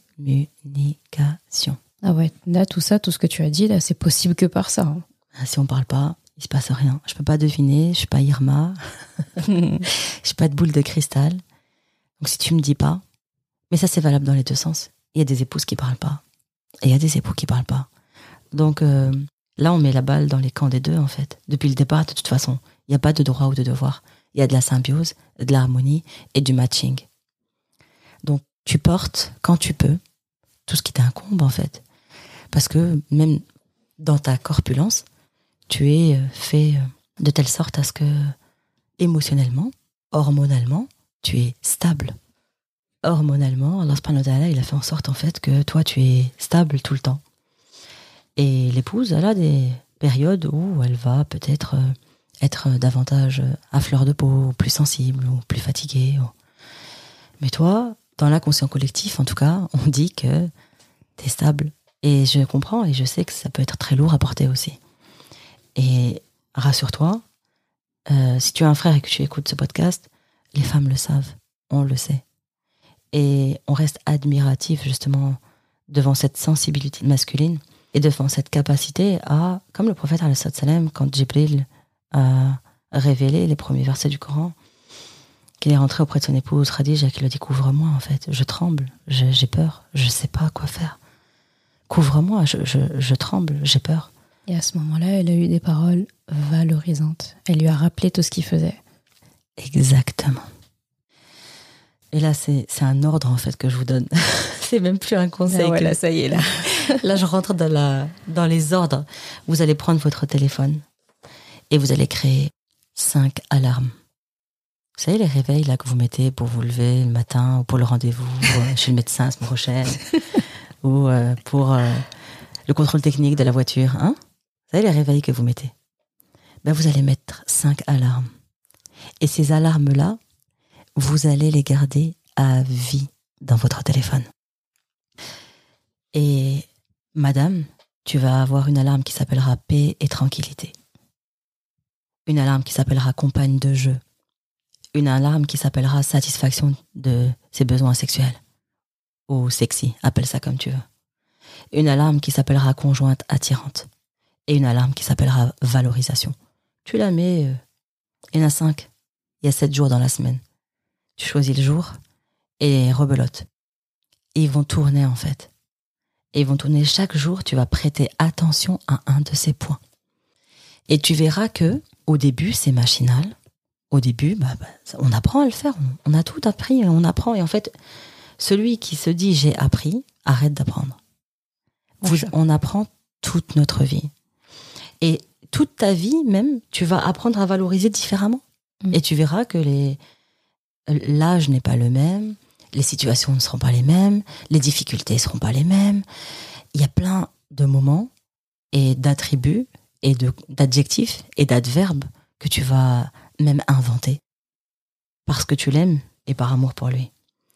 communication. Ah ouais, là, tout ça, tout ce que tu as dit, là, c'est possible que par ça. Si on parle pas, il se passe rien. Je peux pas deviner, je suis pas Irma, j'ai pas de boule de cristal. Donc si tu me dis pas, mais ça c'est valable dans les deux sens. Il y a des épouses qui parlent pas et il y a des époux qui parlent pas. Donc là on met la balle dans les camps des deux en fait. Depuis le départ, de toute façon, il n'y a pas de droit ou de devoir. Il y a de la symbiose, de l'harmonie et du matching. Donc tu portes quand tu peux tout ce qui t'incombe en fait, parce que même dans ta corpulence, tu es fait de telle sorte à ce que, émotionnellement, hormonalement, tu es stable. Hormonalement, Allah subhanahu wa ta'ala, il a fait en sorte, en fait, que toi, tu es stable tout le temps. Et l'épouse, elle a des périodes où elle va peut-être être davantage à fleur de peau, ou plus sensible, ou plus fatiguée. Mais toi, dans l'inconscient collectif, en tout cas, on dit que t'es stable. Et je comprends, et je sais que ça peut être très lourd à porter aussi. Et rassure-toi, si tu as un frère et que tu écoutes ce podcast, les femmes le savent, on le sait. Et on reste admiratif justement devant cette sensibilité masculine et devant cette capacité à, comme le prophète alayhi salam, quand Jibril a révélé les premiers versets du Coran, qu'il est rentré auprès de son épouse Khadija, qu'il lui a dit « Couvre-moi en fait, je tremble, j'ai peur, je ne sais pas quoi faire. Couvre-moi, je tremble, j'ai peur. » Et à ce moment-là, elle a eu des paroles valorisantes. Elle lui a rappelé tout ce qu'il faisait. Exactement. Et là, c'est un ordre en fait que je vous donne. C'est même plus un conseil. Ah ouais, que... là, ça y est, là. Là, je rentre dans les ordres. Vous allez prendre votre téléphone et vous allez créer 5 alarmes. Vous savez, les réveils là que vous mettez pour vous lever le matin ou pour le rendez-vous chez le médecin la semaine prochaine ou pour le contrôle technique de la voiture, hein? Vous savez, les réveils que vous mettez. Ben, vous allez mettre 5 alarmes. Et ces alarmes-là, vous allez les garder à vie dans votre téléphone. Et madame, tu vas avoir une alarme qui s'appellera paix et tranquillité. Une alarme qui s'appellera compagne de jeu. Une alarme qui s'appellera satisfaction de ses besoins sexuels. Ou sexy, appelle ça comme tu veux. Une alarme qui s'appellera conjointe attirante. Et une alarme qui s'appellera valorisation. Tu la mets, il y en a 5. Il y a 7 jours dans la semaine. Tu choisis le jour et rebelote. Et ils vont tourner en fait. Et ils vont tourner chaque jour, tu vas prêter attention à un de ces points. Et tu verras que au début, c'est machinal. Au début, on apprend à le faire. On a tout appris, on apprend. Et en fait, celui qui se dit « j'ai appris », arrête d'apprendre. On apprend toute notre vie. Et toute ta vie, même, tu vas apprendre à valoriser différemment. Et tu verras que l'âge n'est pas le même, les situations ne seront pas les mêmes, les difficultés ne seront pas les mêmes. Il y a plein de moments et d'attributs et d'adjectifs et d'adverbes que tu vas même inventer parce que tu l'aimes et par amour pour lui.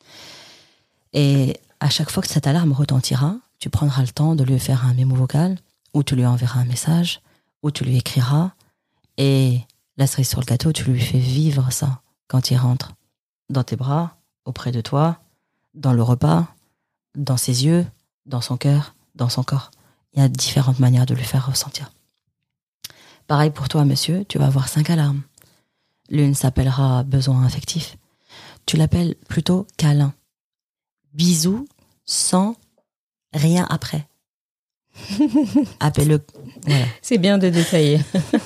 Et à chaque fois que cette alarme retentira, tu prendras le temps de lui faire un mémo vocal ou tu lui enverras un message ou tu lui écriras et la cerise sur le gâteau, tu lui fais vivre ça quand il rentre dans tes bras, auprès de toi, dans le repas, dans ses yeux, dans son cœur, dans son corps. Il y a différentes manières de lui faire ressentir. Pareil pour toi, monsieur, tu vas avoir 5 alarmes. L'une s'appellera besoin affectif. Tu l'appelles plutôt câlin. Bisous sans Rien après. Appelle-le. Voilà. C'est bien de détailler.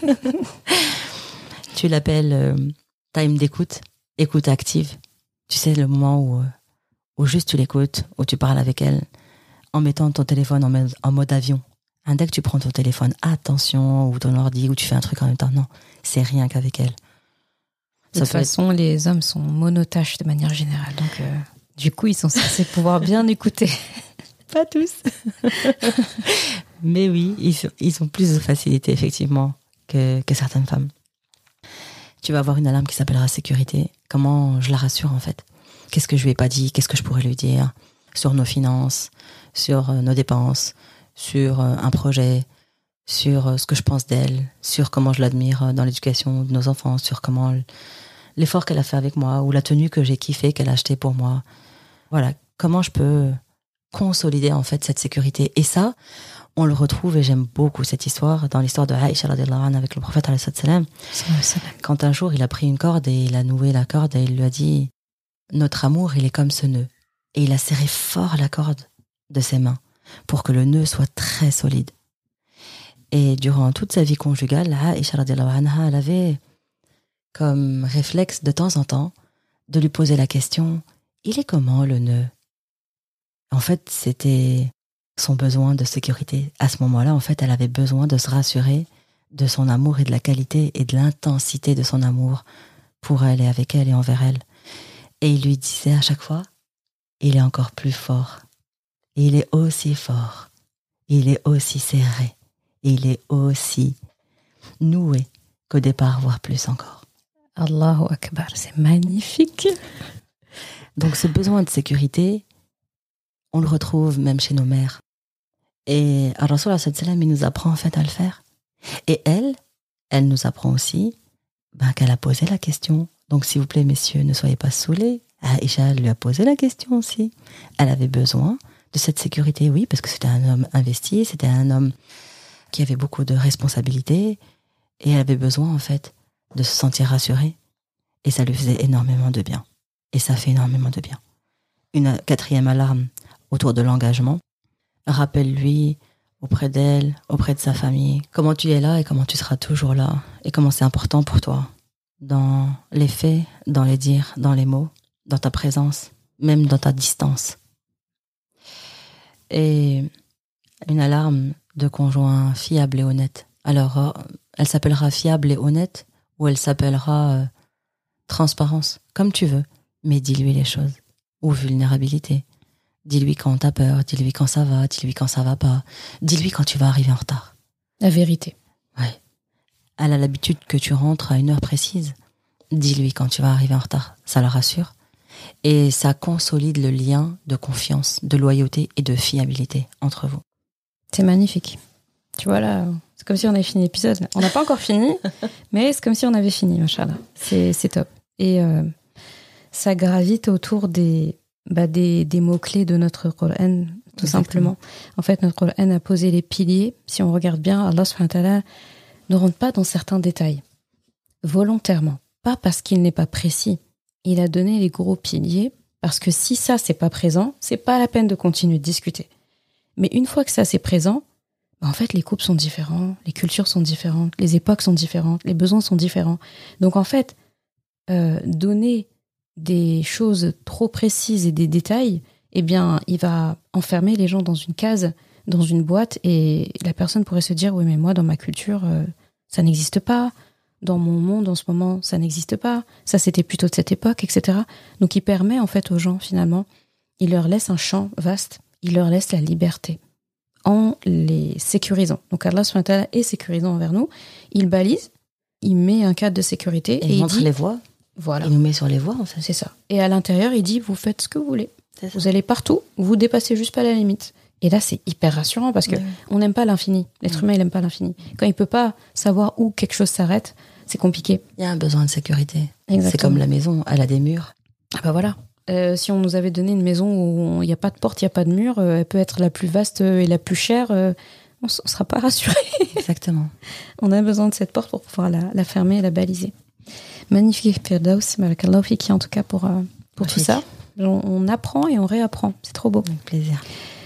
Tu l'appelles time d'écoute, écoute active. Tu sais, le moment où juste tu l'écoutes, où tu parles avec elle, en mettant ton téléphone en mode avion. Dès que tu prends ton téléphone, attention, ou ton ordi, ou tu fais un truc en même temps. Non, c'est rien qu'avec elle. De toute façon, les hommes sont monotaches de manière générale. Donc, du coup, ils sont censés pouvoir bien écouter. Pas tous. Mais oui, ils ont plus de facilité, effectivement, que certaines femmes. Tu vas avoir une alarme qui s'appellera sécurité. Comment je la rassure, en fait? Qu'est-ce que je lui ai pas dit? Qu'est-ce que je pourrais lui dire sur nos finances, sur nos dépenses, sur un projet, sur ce que je pense d'elle, sur comment je l'admire dans l'éducation de nos enfants, sur comment l'effort qu'elle a fait avec moi ou la tenue que j'ai kiffée, qu'elle a achetée pour moi. Voilà, comment je peux consolider en fait cette sécurité. Et ça, on le retrouve, et j'aime beaucoup cette histoire, dans l'histoire de Aïcha radhiyallahu anha avec le prophète alayhi salam. Quand un jour il a pris une corde et il a noué la corde et il lui a dit « Notre amour, il est comme ce nœud ». Et il a serré fort la corde de ses mains pour que le nœud soit très solide. Et durant toute sa vie conjugale, Aïcha radhiyallahu anha, elle avait comme réflexe de temps en temps de lui poser la question « Il est comment le nœud ?» En fait, c'était son besoin de sécurité. À ce moment-là, en fait, elle avait besoin de se rassurer de son amour et de la qualité et de l'intensité de son amour pour elle et avec elle et envers elle. Et il lui disait à chaque fois « Il est encore plus fort. Il est aussi fort. Il est aussi serré. Il est aussi noué qu'au départ, voire plus encore. » Allahu Akbar, c'est magnifique. Donc ce besoin de sécurité, on le retrouve même chez nos mères. Et Ar-Rasoul il nous apprend en fait à le faire. Et elle nous apprend aussi qu'elle a posé la question. Donc s'il vous plaît, messieurs, ne soyez pas saoulés. Aïcha lui a posé la question aussi. Elle avait besoin de cette sécurité, oui, parce que c'était un homme investi, c'était un homme qui avait beaucoup de responsabilités, et elle avait besoin en fait de se sentir rassurée. Et ça lui faisait énormément de bien. Et ça fait énormément de bien. Une quatrième alarme autour de l'engagement. Rappelle-lui auprès d'elle, auprès de sa famille, comment tu es là et comment tu seras toujours là, et comment c'est important pour toi, dans les faits, dans les dires, dans les mots, dans ta présence, même dans ta distance. Et une alarme de conjoint fiable et honnête. Alors, elle s'appellera fiable et honnête, ou elle s'appellera transparence, comme tu veux, mais dis-lui les choses, ou vulnérabilité. Dis-lui quand t'as peur, dis-lui quand ça va, dis-lui quand ça va pas, dis-lui quand tu vas arriver en retard. La vérité. Ouais. Elle a l'habitude que tu rentres à une heure précise. Dis-lui quand tu vas arriver en retard, ça la rassure. Et ça consolide le lien de confiance, de loyauté et de fiabilité entre vous. C'est magnifique. Tu vois là, c'est comme si on avait fini l'épisode. On n'a pas encore fini, mais c'est comme si on avait fini, machallah. C'est top. Et ça gravite autour des mots-clés de notre Coran, tout simplement. En fait, notre Coran a posé les piliers. Si on regarde bien, Allah subhanahu wa ta'ala ne rentre pas dans certains détails. Volontairement. Pas parce qu'il n'est pas précis. Il a donné les gros piliers, parce que si ça, c'est pas présent, c'est pas la peine de continuer de discuter. Mais une fois que ça, c'est présent, en fait, les couples sont différents, les cultures sont différentes, les époques sont différentes, les besoins sont différents. Donc, en fait, donner des choses trop précises et des détails, eh bien, il va enfermer les gens dans une case, dans une boîte, et la personne pourrait se dire, oui, mais moi, dans ma culture, ça n'existe pas. Dans mon monde, en ce moment, ça n'existe pas. Ça, c'était plutôt de cette époque, etc. Donc, il permet, en fait, aux gens, finalement, il leur laisse un champ vaste, il leur laisse la liberté, en les sécurisant. Donc, Allah subhanahu wa ta'ala est sécurisant envers nous. Il balise, il met un cadre de sécurité. Et il montre les voies. Voilà. Il nous met sur les voies, en fait. C'est ça. Et à l'intérieur, il dit, vous faites ce que vous voulez. Vous allez partout, vous dépassez juste pas la limite. Et là, c'est hyper rassurant parce que on n'aime pas l'infini. L'être humain, il n'aime pas l'infini. Quand il peut pas savoir où quelque chose s'arrête, c'est compliqué. Il y a un besoin de sécurité. Exactement. C'est comme la maison, elle a des murs. Ah bah voilà. Si on nous avait donné une maison où il n'y a pas de porte, il n'y a pas de mur, elle peut être la plus vaste et la plus chère, on ne sera pas rassuré. Exactement. On a besoin de cette porte pour pouvoir la fermer et la baliser. Magnifique, Firdaus, barakallahu fiki, en tout cas pour tout ça. On apprend et on réapprend. C'est trop beau. Avec plaisir.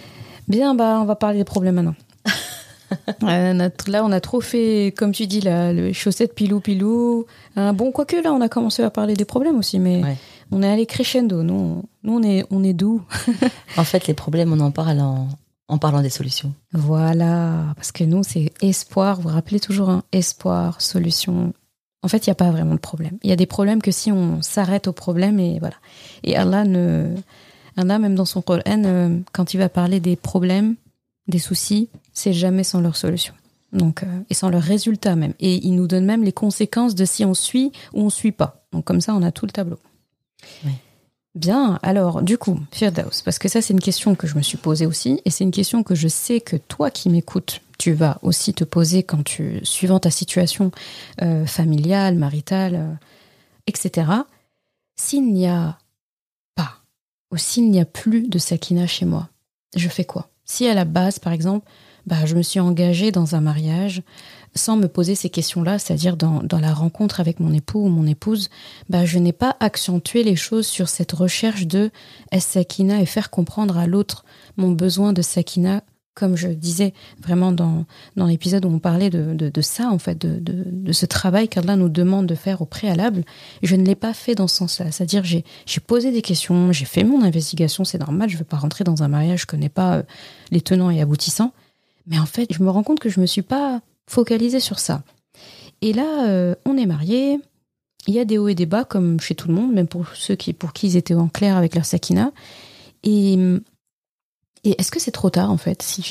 Bien, on va parler des problèmes maintenant. Là, on a trop fait, comme tu dis, le chaussette pilou. Bon, quoique là, on a commencé à parler des problèmes aussi, mais on est allé crescendo. Nous, on est doux. En fait, les problèmes, on en parle en parlant des solutions. Voilà, parce que nous, c'est espoir. Vous vous rappelez toujours, espoir, solution. En fait, il n'y a pas vraiment de problème. Il y a des problèmes que si on s'arrête au problème, et voilà. Et Allah, même dans son Coran, quand il va parler des problèmes, des soucis, c'est jamais sans leur solution. Donc, et sans leur résultat même. Et il nous donne même les conséquences de si on suit ou on suit pas. Donc comme ça, on a tout le tableau. Oui. Bien, alors du coup, Firdaus, parce que ça c'est une question que je me suis posée aussi, et c'est une question que je sais que toi qui m'écoutes, tu vas aussi te poser suivant ta situation familiale, maritale, etc. S'il n'y a pas, ou s'il n'y a plus de sakina chez moi, je fais quoi ? Si à la base, par exemple, je me suis engagée dans un mariage sans me poser ces questions-là, c'est-à-dire dans la rencontre avec mon époux ou mon épouse, je n'ai pas accentué les choses sur cette recherche de sakina et faire comprendre à l'autre mon besoin de sakina, comme je disais vraiment dans l'épisode où on parlait de ça, en fait, de ce travail qu'Allah nous demande de faire au préalable. Et je ne l'ai pas fait dans ce sens-là. C'est-à-dire, j'ai posé des questions, j'ai fait mon investigation, c'est normal, je ne veux pas rentrer dans un mariage, je ne connais pas les tenants et aboutissants. Mais en fait, je me rends compte que je ne me suis pas focalisée sur ça. Et là, on est mariés, il y a des hauts et des bas, comme chez tout le monde, même pour ceux pour qui ils étaient en clair avec leur sakina. Et est-ce que c'est trop tard, en fait, si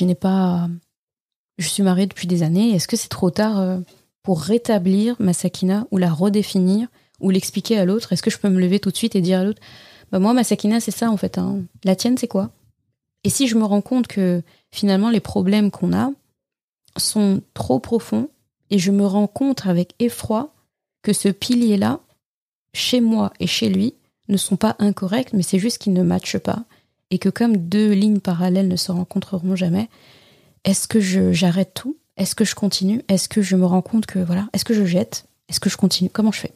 je suis mariée depuis des années, est-ce que c'est trop tard pour rétablir ma sakina ou la redéfinir ou l'expliquer à l'autre ? Est-ce que je peux me lever tout de suite et dire à l'autre, moi, ma sakina, c'est ça, en fait. La tienne, c'est quoi ? Et si je me rends compte que, finalement, les problèmes qu'on a sont trop profonds et je me rends compte avec effroi que ce pilier-là, chez moi et chez lui, ne sont pas incorrects, mais c'est juste qu'ils ne matchent pas. Et que comme deux lignes parallèles ne se rencontreront jamais, est-ce que j'arrête tout ? Est-ce que je continue ? Est-ce que je me rends compte que, voilà, est-ce que je jette ? Est-ce que je continue ? Comment je fais ?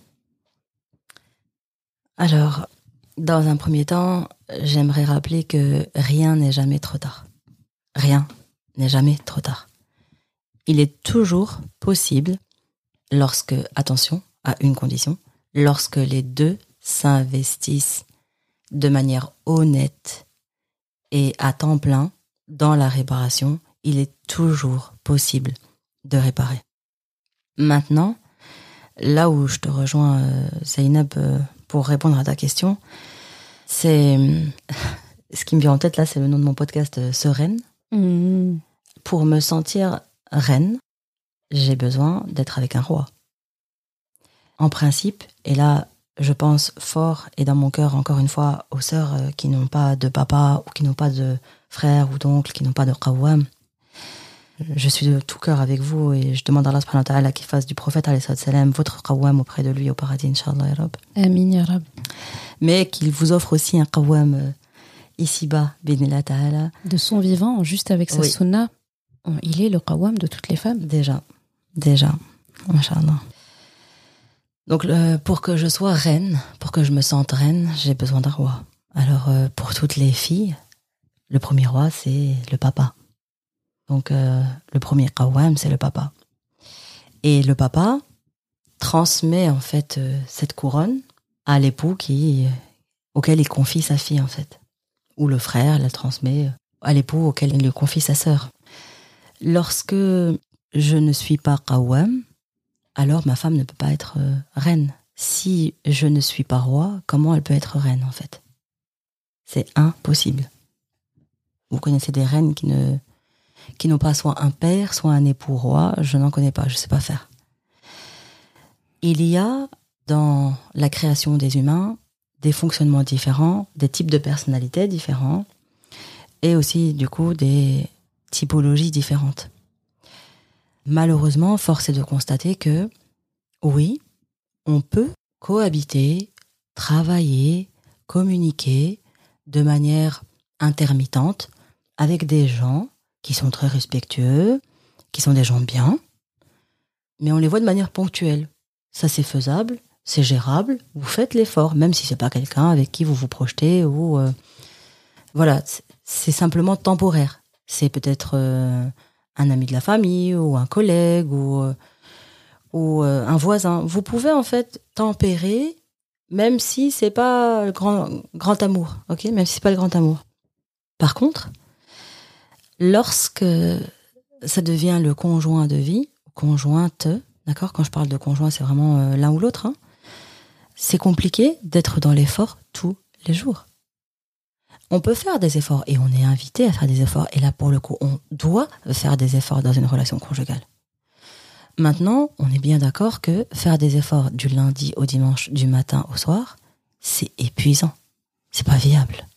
Alors, dans un premier temps, j'aimerais rappeler que rien n'est jamais trop tard. Rien n'est jamais trop tard. Il est toujours possible, attention, à une condition, lorsque les deux s'investissent de manière honnête et à temps plein dans la réparation, il est toujours possible de réparer. Maintenant, là où je te rejoins, Zeynep, pour répondre à ta question, c'est ce qui me vient en tête là, c'est le nom de mon podcast, Sereine. Pour me sentir reine, j'ai besoin d'être avec un roi. En principe, et là, je pense fort et dans mon cœur, encore une fois, aux sœurs qui n'ont pas de papa ou qui n'ont pas de frère ou d'oncle, qui n'ont pas de qawwam. Je suis de tout cœur avec vous et je demande à Allah subhanahu wa ta'ala qu'il fasse du prophète alayhi salam votre qawwam auprès de lui au paradis, Inch'Allah ya Rab. Amin ya Rab. Mais qu'il vous offre aussi un qawwam ici-bas, bidnillah ta'ala. De son vivant, juste avec sa sunna, il est le qawwam de toutes les femmes. Déjà, Inch'Allah. Donc, pour que je sois reine, pour que je me sente reine, j'ai besoin d'un roi. Alors, pour toutes les filles, le premier roi, c'est le papa. Donc, le premier qawwam, c'est le papa. Et le papa transmet, en fait, cette couronne à l'époux auquel il confie sa fille, en fait. Ou le frère la transmet à l'époux auquel il lui confie sa sœur. Lorsque je ne suis pas qawwam, alors ma femme ne peut pas être reine. Si je ne suis pas roi, comment elle peut être reine, en fait ? C'est impossible. Vous connaissez des reines qui n'ont pas soit un père, soit un époux roi. Je n'en connais pas, je ne sais pas faire. Il y a, dans la création des humains, des fonctionnements différents, des types de personnalités différents, et aussi, du coup, des typologies différentes. Malheureusement, force est de constater que, oui, on peut cohabiter, travailler, communiquer de manière intermittente avec des gens qui sont très respectueux, qui sont des gens bien, mais on les voit de manière ponctuelle. Ça, c'est faisable, c'est gérable, vous faites l'effort, même si c'est pas quelqu'un avec qui vous vous projetez ou... Voilà, c'est simplement temporaire. C'est peut-être un ami de la famille ou un collègue ou un voisin. Vous pouvez en fait tempérer, même si c'est pas le grand amour, ok? Même si c'est pas le grand amour. Par contre, lorsque ça devient le conjoint de vie, conjointe, d'accord? Quand je parle de conjoint, c'est vraiment l'un ou l'autre. Hein. C'est compliqué d'être dans l'effort tous les jours. On peut faire des efforts et on est invité à faire des efforts. Et là, pour le coup, on doit faire des efforts dans une relation conjugale. Maintenant, on est bien d'accord que faire des efforts du lundi au dimanche, du matin au soir, c'est épuisant. C'est pas viable.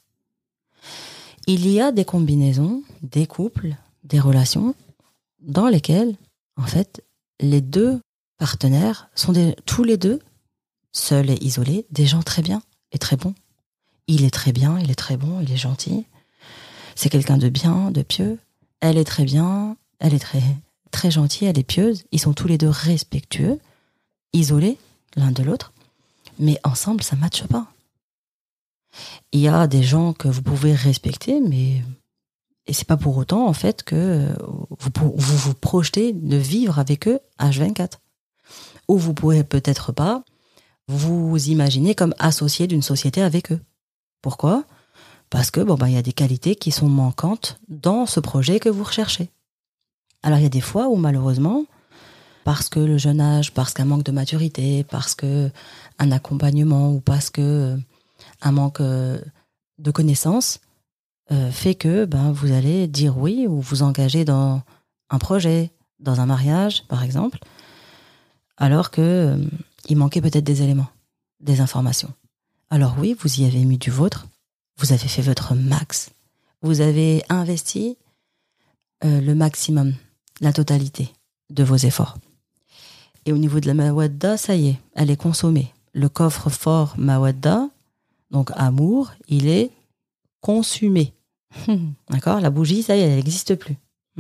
Il y a des combinaisons, des couples, des relations dans lesquelles, en fait, les deux partenaires sont tous les deux, seuls et isolés, des gens très bien et très bons. Il est très bien, il est très bon, il est gentil. C'est quelqu'un de bien, de pieux. Elle est très bien, elle est très gentille, elle est pieuse. Ils sont tous les deux respectueux, isolés l'un de l'autre, mais ensemble, ça ne matche pas. Il y a des gens que vous pouvez respecter, mais et c'est pas pour autant en fait que vous projetez de vivre avec eux H24. Ou vous pouvez peut-être pas vous imaginer comme associé d'une société avec eux. Pourquoi ? Parce que il y a des qualités qui sont manquantes dans ce projet que vous recherchez. Alors il y a des fois où malheureusement, parce que le jeune âge, parce qu'un manque de maturité, parce que un accompagnement ou parce que un manque de connaissances fait que vous allez dire oui ou vous engager dans un projet, dans un mariage par exemple, alors que il manquait peut-être des éléments, des informations. Alors oui, vous y avez mis du vôtre, vous avez fait votre max, vous avez investi le maximum, la totalité de vos efforts. Et au niveau de la mawadda, ça y est, elle est consommée. Le coffre-fort mawadda, donc amour, il est consumé. D'accord ? La bougie, ça y est, elle n'existe plus. D'accord ?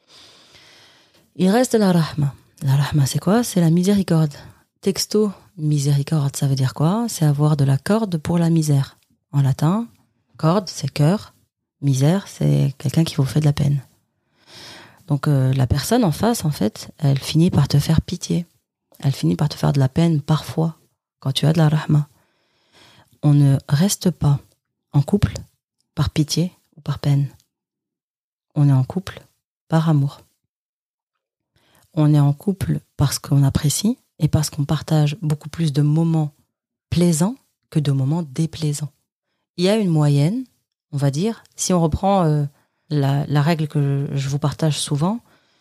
Il reste la rahma. La rahma, c'est quoi ? C'est la miséricorde. Texto, miséricorde, ça veut dire quoi ? C'est avoir de la corde pour la misère. En latin, corde, c'est cœur. Misère, c'est quelqu'un qui vous fait de la peine. Donc la personne en face, en fait, elle finit par te faire pitié. Elle finit par te faire de la peine parfois, quand tu as de la rahma. On ne reste pas en couple par pitié ou par peine. On est en couple par amour. On est en couple parce qu'on apprécie et parce qu'on partage beaucoup plus de moments plaisants que de moments déplaisants. Il y a une moyenne, on va dire, si on reprend la règle que je vous partage souvent,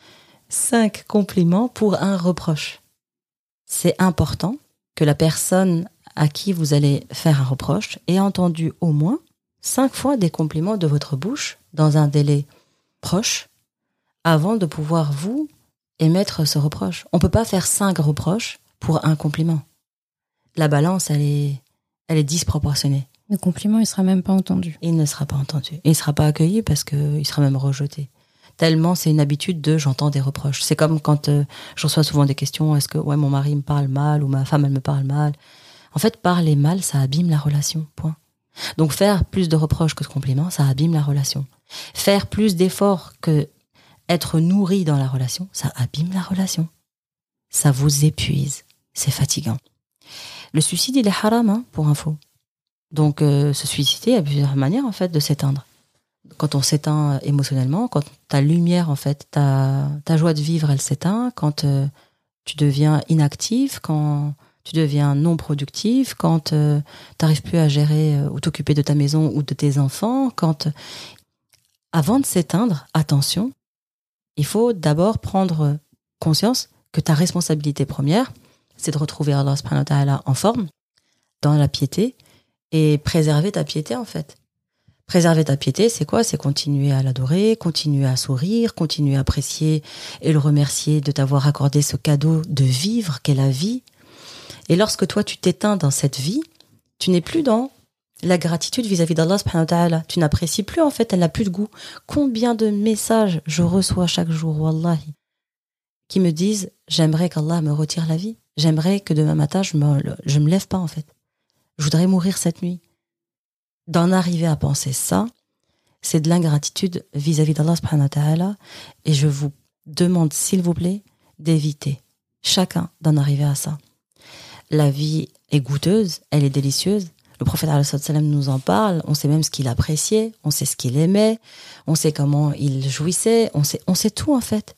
5 compliments pour un reproche. C'est important que la personne à qui vous allez faire un reproche ait entendu au moins 5 fois des compliments de votre bouche dans un délai proche avant de pouvoir vous émettre ce reproche. On ne peut pas faire 5 reproches pour un compliment. La balance, elle est disproportionnée. Le compliment, il ne sera même pas entendu. Il ne sera pas entendu. Il ne sera pas accueilli parce qu'il sera même rejeté. Tellement c'est une habitude de j'entends des reproches. C'est comme quand je reçois souvent des questions, est-ce que mon mari me parle mal ou ma femme elle me parle mal. En fait, parler mal, ça abîme la relation, point. Donc faire plus de reproches que de compliments, ça abîme la relation. Faire plus d'efforts que être nourri dans la relation, ça abîme la relation. Ça vous épuise. C'est fatigant. Le suicide, il est haram, pour info. Donc se suicider, il y a plusieurs manières en fait de s'éteindre. Quand on s'éteint émotionnellement, quand ta lumière, en fait, ta joie de vivre, elle s'éteint, quand tu deviens inactif, quand tu deviens non productif, quand tu n'arrives plus à gérer ou t'occuper de ta maison ou de tes enfants, avant de s'éteindre, attention, il faut d'abord prendre conscience que ta responsabilité première, c'est de retrouver Allah subhanahu wa ta'ala en forme, dans la piété, et préserver ta piété, en fait. Préserver ta piété, c'est quoi ? C'est continuer à l'adorer, continuer à sourire, continuer à apprécier et le remercier de t'avoir accordé ce cadeau de vivre qu'est la vie. Et lorsque toi, tu t'éteins dans cette vie, tu n'es plus dans la gratitude vis-à-vis d'Allah subhanahu wa ta'ala. Tu n'apprécies plus, en fait, elle n'a plus de goût. Combien de messages je reçois chaque jour, wallahi, qui me disent « J'aimerais qu'Allah me retire la vie. J'aimerais que demain matin, je me lève pas, en fait. Je voudrais mourir cette nuit. » D'en arriver à penser ça, c'est de l'ingratitude vis-à-vis d'Allah subhanahu wa ta'ala, et je vous demande, s'il vous plaît, d'éviter, chacun, d'en arriver à ça. La vie est goûteuse, elle est délicieuse. Le prophète alayhi salam nous en parle, on sait même ce qu'il appréciait, on sait ce qu'il aimait, on sait comment il jouissait, on sait tout en fait.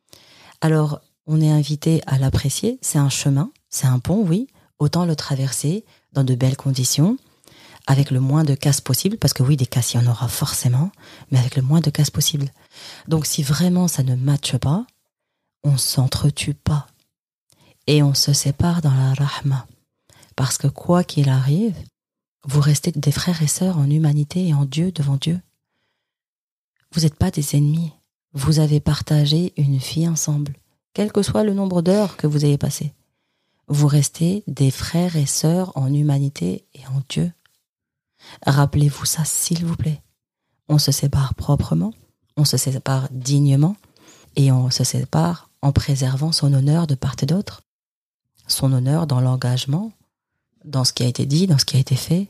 Alors, on est invité à l'apprécier, c'est un chemin, c'est un pont, oui, autant le traverser dans de belles conditions, avec le moins de casse possible, parce que oui, des casses, il y en aura forcément, mais avec le moins de casse possible. Donc, si vraiment ça ne matche pas, on s'entretue pas. Et on se sépare dans la rahma. Parce que quoi qu'il arrive, vous restez des frères et sœurs en humanité et en Dieu, devant Dieu. Vous n'êtes pas des ennemis. Vous avez partagé une vie ensemble, quel que soit le nombre d'heures que vous ayez passé. Vous restez des frères et sœurs en humanité et en Dieu. Rappelez-vous ça, s'il vous plaît. On se sépare proprement, on se sépare dignement, et on se sépare en préservant son honneur de part et d'autre. Son honneur dans l'engagement, dans ce qui a été dit, dans ce qui a été fait,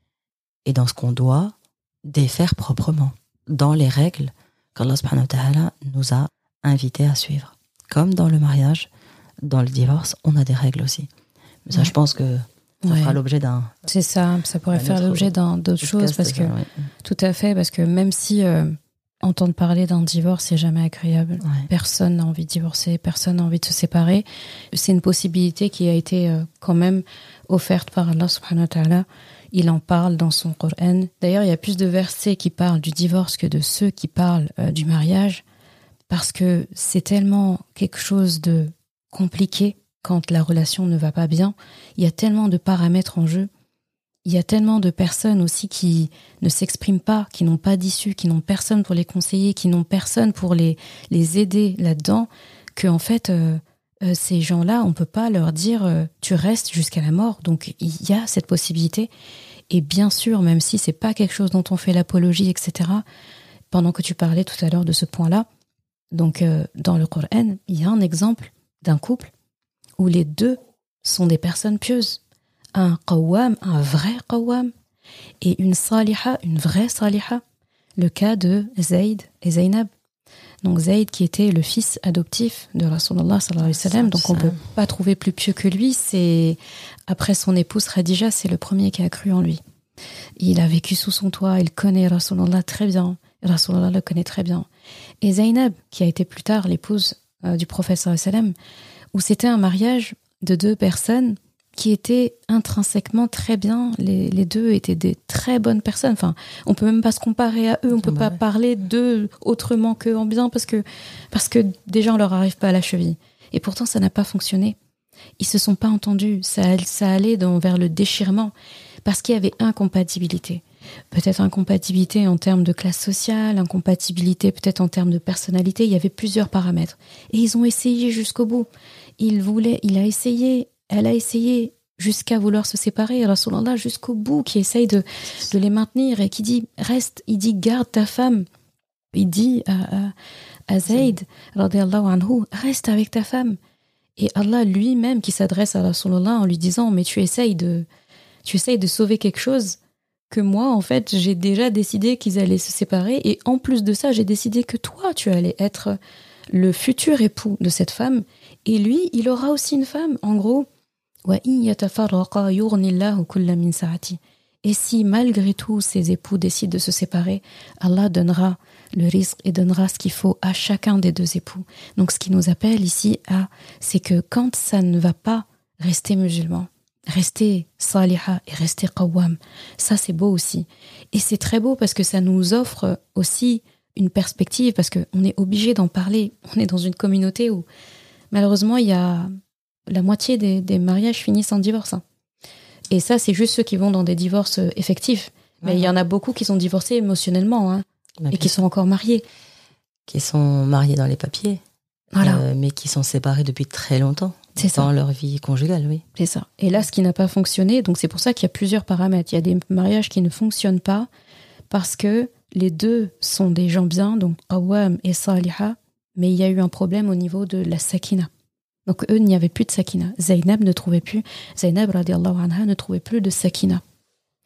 et dans ce qu'on doit défaire proprement, dans les règles qu'Allah subhanahu wa ta'ala nous a invités à suivre. Comme dans le mariage, dans le divorce, on a des règles aussi. Mais ça, je pense que ça fera l'objet d'un... C'est ça pourrait faire l'objet d'autres choses, parce que... Tout à fait, parce que même si entendre parler d'un divorce, c'est jamais agréable. Ouais. Personne n'a envie de divorcer, personne n'a envie de se séparer. C'est une possibilité qui a été quand même offerte par Allah subhanahu wa ta'ala. Il en parle dans son Coran. D'ailleurs, il y a plus de versets qui parlent du divorce que de ceux qui parlent du mariage, parce que c'est tellement quelque chose de compliqué quand la relation ne va pas bien. Il y a tellement de paramètres en jeu. Il y a tellement de personnes aussi qui ne s'expriment pas, qui n'ont pas d'issue, qui n'ont personne pour les conseiller, qui n'ont personne pour les aider là-dedans, que en fait, ces gens-là, on peut pas leur dire tu restes jusqu'à la mort. Donc il y a cette possibilité. Et bien sûr, même si c'est pas quelque chose dont on fait l'apologie, etc., pendant que tu parlais tout à l'heure de ce point-là, donc dans le Coran, il y a un exemple d'un couple où les deux sont des personnes pieuses. Un qawwam, un vrai qawwam, et une saliha, une vraie saliha. Le cas de Zayd et Zaynab. Donc Zayd qui était le fils adoptif de Rasulullah sallallahu alayhi wa sallam, donc on ne peut pas trouver plus pieux que lui. C'est après son épouse Khadija, c'est le premier qui a cru en lui. Il a vécu sous son toit, il connaît Rasulullah très bien, Rasulullah le connaît très bien. Et Zaynab, qui a été plus tard l'épouse du prophète sallallahu alayhi wa sallam, où c'était un mariage de deux personnes qui étaient intrinsèquement très bien. Les deux étaient des très bonnes personnes. Enfin, on peut même pas se comparer à eux, on peut pas parler d'eux autrement qu'eux en bien, parce que déjà on leur arrive pas à la cheville. Et pourtant ça n'a pas fonctionné. Ils se sont pas entendus. Ça allait vers le déchirement, parce qu'il y avait incompatibilité. Peut-être incompatibilité en termes de classe sociale, incompatibilité peut-être en termes de personnalité. Il y avait plusieurs paramètres. Et ils ont essayé jusqu'au bout. Il a essayé. Elle a essayé jusqu'à vouloir se séparer, Rasulallah jusqu'au bout, qui essaye de les maintenir et qui dit reste, il dit garde ta femme. Il dit à Zayd, radiyallahu anhu, reste avec ta femme. Et Allah lui-même qui s'adresse à Rasulallah en lui disant mais tu essayes de sauver quelque chose que moi en fait j'ai déjà décidé qu'ils allaient se séparer, et en plus de ça j'ai décidé que toi tu allais être le futur époux de cette femme, et lui il aura aussi une femme. En gros, et si malgré tout ces époux décident de se séparer, Allah donnera le rizq et donnera ce qu'il faut à chacun des deux époux. Donc ce qui nous appelle ici c'est que quand ça ne va pas, rester musulman, rester saliha et rester qawwam, ça c'est beau aussi. Et c'est très beau parce que ça nous offre aussi une perspective, parce qu'on est obligé d'en parler. On est dans une communauté où malheureusement il y a la moitié des mariages finissent en divorce. Et ça, c'est juste ceux qui vont dans des divorces effectifs. Mais il y en a beaucoup qui sont divorcés émotionnellement, et qui sont encore mariés. Qui sont mariés dans les papiers, voilà. Mais qui sont séparés depuis très longtemps. C'est dans leur vie conjugale, oui. C'est ça. Et là, ce qui n'a pas fonctionné, donc c'est pour ça qu'il y a plusieurs paramètres. Il y a des mariages qui ne fonctionnent pas parce que les deux sont des gens bien, donc qawwam et saliha, mais il y a eu un problème au niveau de la sakina. Donc eux, il n'y avait plus de sakina. Zaynab radiallahu anha ne trouvait plus de sakina.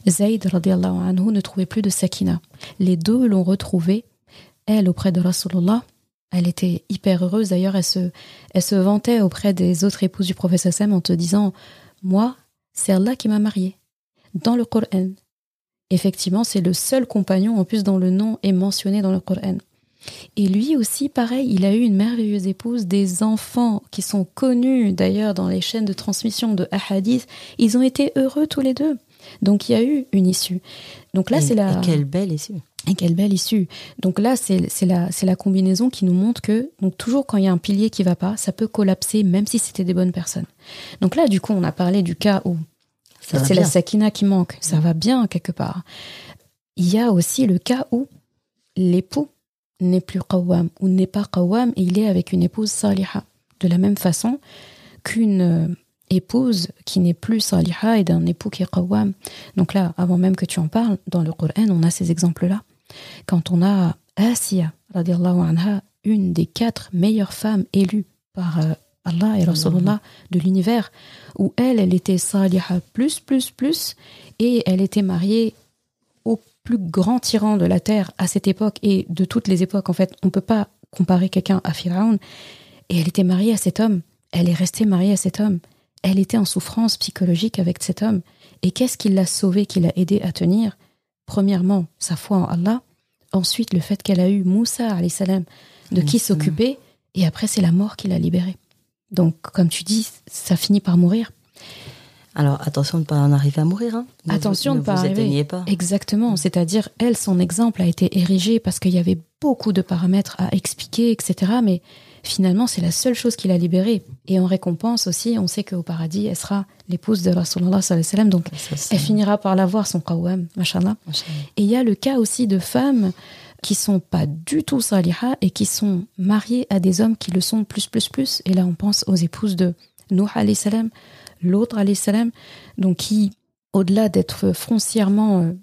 Zayd radiallahu anhu ne trouvait plus de sakina. Les deux l'ont retrouvé, elle auprès de Rasulullah. Elle était hyper heureuse. D'ailleurs, elle se vantait auprès des autres épouses du prophète sallam en te disant « Moi, c'est Allah qui m'a mariée. » Dans le Coran. Effectivement, c'est le seul compagnon, en plus dont le nom est mentionné dans le Coran. Et lui aussi, pareil, il a eu une merveilleuse épouse, des enfants qui sont connus d'ailleurs dans les chaînes de transmission de hadith. Ils ont été heureux tous les deux. Donc il y a eu une issue. Donc là, c'est la... Et quelle belle issue. Et quelle belle issue. Donc là, c'est la combinaison qui nous montre que donc toujours quand il y a un pilier qui va pas, ça peut collapser même si c'était des bonnes personnes. Donc là, du coup, on a parlé du cas où c'est la sakina qui manque. Ça va bien quelque part. Il y a aussi le cas où l'époux n'est plus qawwam ou n'est pas qawwam et il est avec une épouse saliha. De la même façon qu'une épouse qui n'est plus saliha et d'un époux qui est qawwam. Donc là, avant même que tu en parles, dans le Coran, on a ces exemples-là. Quand on a Asiya, radiallahu anha, une des 4 meilleures femmes élues par Allah et Rasulullah de l'univers, où elle était saliha plus, et elle était mariée au plus grand tyran de la terre à cette époque et de toutes les époques. En fait, on ne peut pas comparer quelqu'un à Pharaon. Et elle était mariée à cet homme. Elle est restée mariée à cet homme. Elle était en souffrance psychologique avec cet homme. Et qu'est-ce qui l'a sauvée, qui l'a aidée à tenir ? Premièrement, sa foi en Allah. Ensuite, le fait qu'elle a eu Moussa, alayhi salam, de qui s'occuper. Et après, c'est la mort qui l'a libérée. Donc, comme tu dis, ça finit par mourir. Alors, attention de ne pas en arriver à mourir. Hein. Attention de ne pas arriver. Pas. Exactement. C'est-à-dire, elle, son exemple a été érigé parce qu'il y avait beaucoup de paramètres à expliquer, etc. Mais finalement, c'est la seule chose qui l'a libérée. Et en récompense aussi, on sait qu'au paradis, elle sera l'épouse de Rasulullah sallallahu alayhi wa sallam. Donc, elle finira par l'avoir, son qawwam, mashallah. Et il y a le cas aussi de femmes qui sont pas du tout saliha et qui sont mariées à des hommes qui le sont plus. Et là, on pense aux épouses de Nuh alayhi salam, l'autre alayhi salam, donc qui, au-delà d'être foncièrement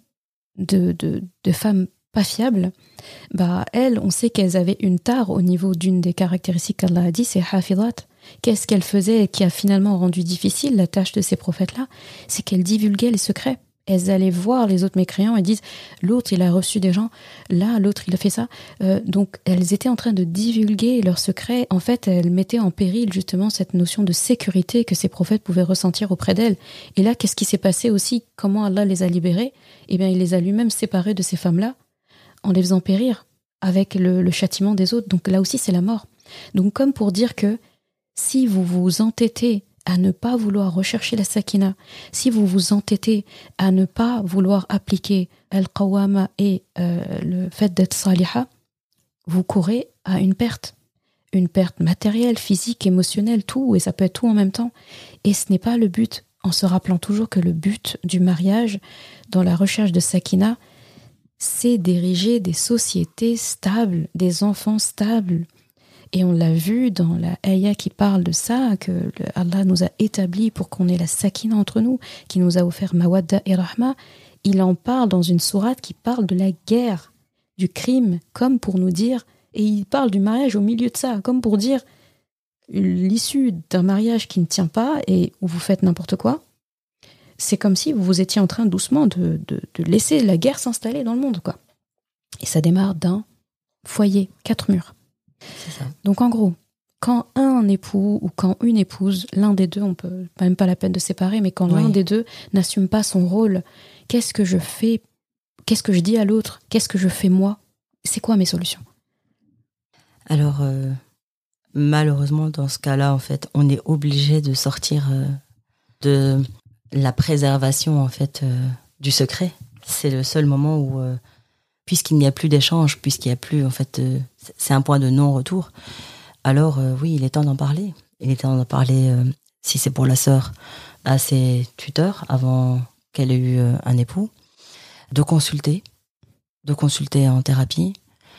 de femmes pas fiables, bah elles, on sait qu'elles avaient une tare au niveau d'une des caractéristiques qu'Allah a dit, c'est hafizat. Qu'est-ce qu'elles faisaient qui a finalement rendu difficile la tâche de ces prophètes-là ? C'est qu'elles divulguaient les secrets. Elles allaient voir les autres mécréants et disent « L'autre, il a reçu des gens. Là, l'autre, il a fait ça. » Donc, elles étaient en train de divulguer leurs secrets. En fait, elles mettaient en péril justement cette notion de sécurité que ces prophètes pouvaient ressentir auprès d'elles. Et là, qu'est-ce qui s'est passé aussi ? Comment Allah les a libérées ? Eh bien, il les a lui-même séparées de ces femmes-là en les faisant périr avec le châtiment des autres. Donc là aussi, c'est la mort. Donc, comme pour dire que si vous vous entêtez à ne pas vouloir rechercher la sakina, si vous vous entêtez à ne pas vouloir appliquer al-qawama et le fait d'être saliha, vous courez à une perte matérielle, physique, émotionnelle, tout, et ça peut être tout en même temps. Et ce n'est pas le but, en se rappelant toujours que le but du mariage, dans la recherche de sakina, c'est d'ériger des sociétés stables, des enfants stables. Et on l'a vu dans la ayah qui parle de ça, que Allah nous a établi pour qu'on ait la sakina entre nous, qui nous a offert mawadda et rahma. Il en parle dans une sourate qui parle de la guerre, du crime, comme pour nous dire, et il parle du mariage au milieu de ça, comme pour dire l'issue d'un mariage qui ne tient pas et où vous faites n'importe quoi, c'est comme si vous étiez en train doucement de laisser la guerre s'installer dans le monde, quoi. Et ça démarre d'un foyer, 4 murs. C'est ça. Donc en gros, quand un époux ou quand une épouse, l'un des deux, on peut même pas la peine de séparer, mais quand l'un des deux n'assume pas son rôle, qu'est-ce que je fais ? Qu'est-ce que je dis à l'autre ? Qu'est-ce que je fais moi ? C'est quoi mes solutions ? Alors, malheureusement, dans ce cas-là, en fait, on est obligé de sortir de la préservation, en fait, du secret. C'est le seul moment où, puisqu'il n'y a plus d'échange, puisqu'il n'y a plus, en fait, c'est un point de non-retour, alors oui, il est temps d'en parler. Il est temps d'en parler, si c'est pour la sœur, à ses tuteurs, avant qu'elle ait eu un époux, de consulter en thérapie,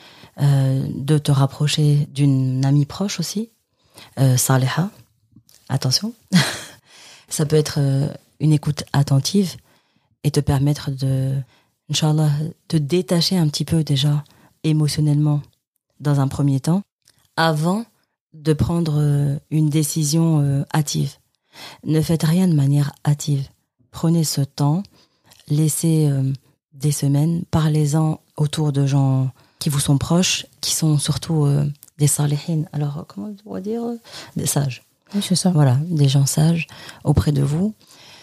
de te rapprocher d'une amie proche aussi, saliha, attention. Ça peut être une écoute attentive et te permettre de, Inch'Allah, te détacher un petit peu déjà émotionnellement dans un premier temps, avant de prendre une décision hâtive. Ne faites rien de manière hâtive. Prenez ce temps, laissez des semaines, parlez-en autour de gens qui vous sont proches, qui sont surtout des salihin. Alors, comment on pourrait dire? Des sages. Oui, c'est ça. Voilà, des gens sages auprès de vous.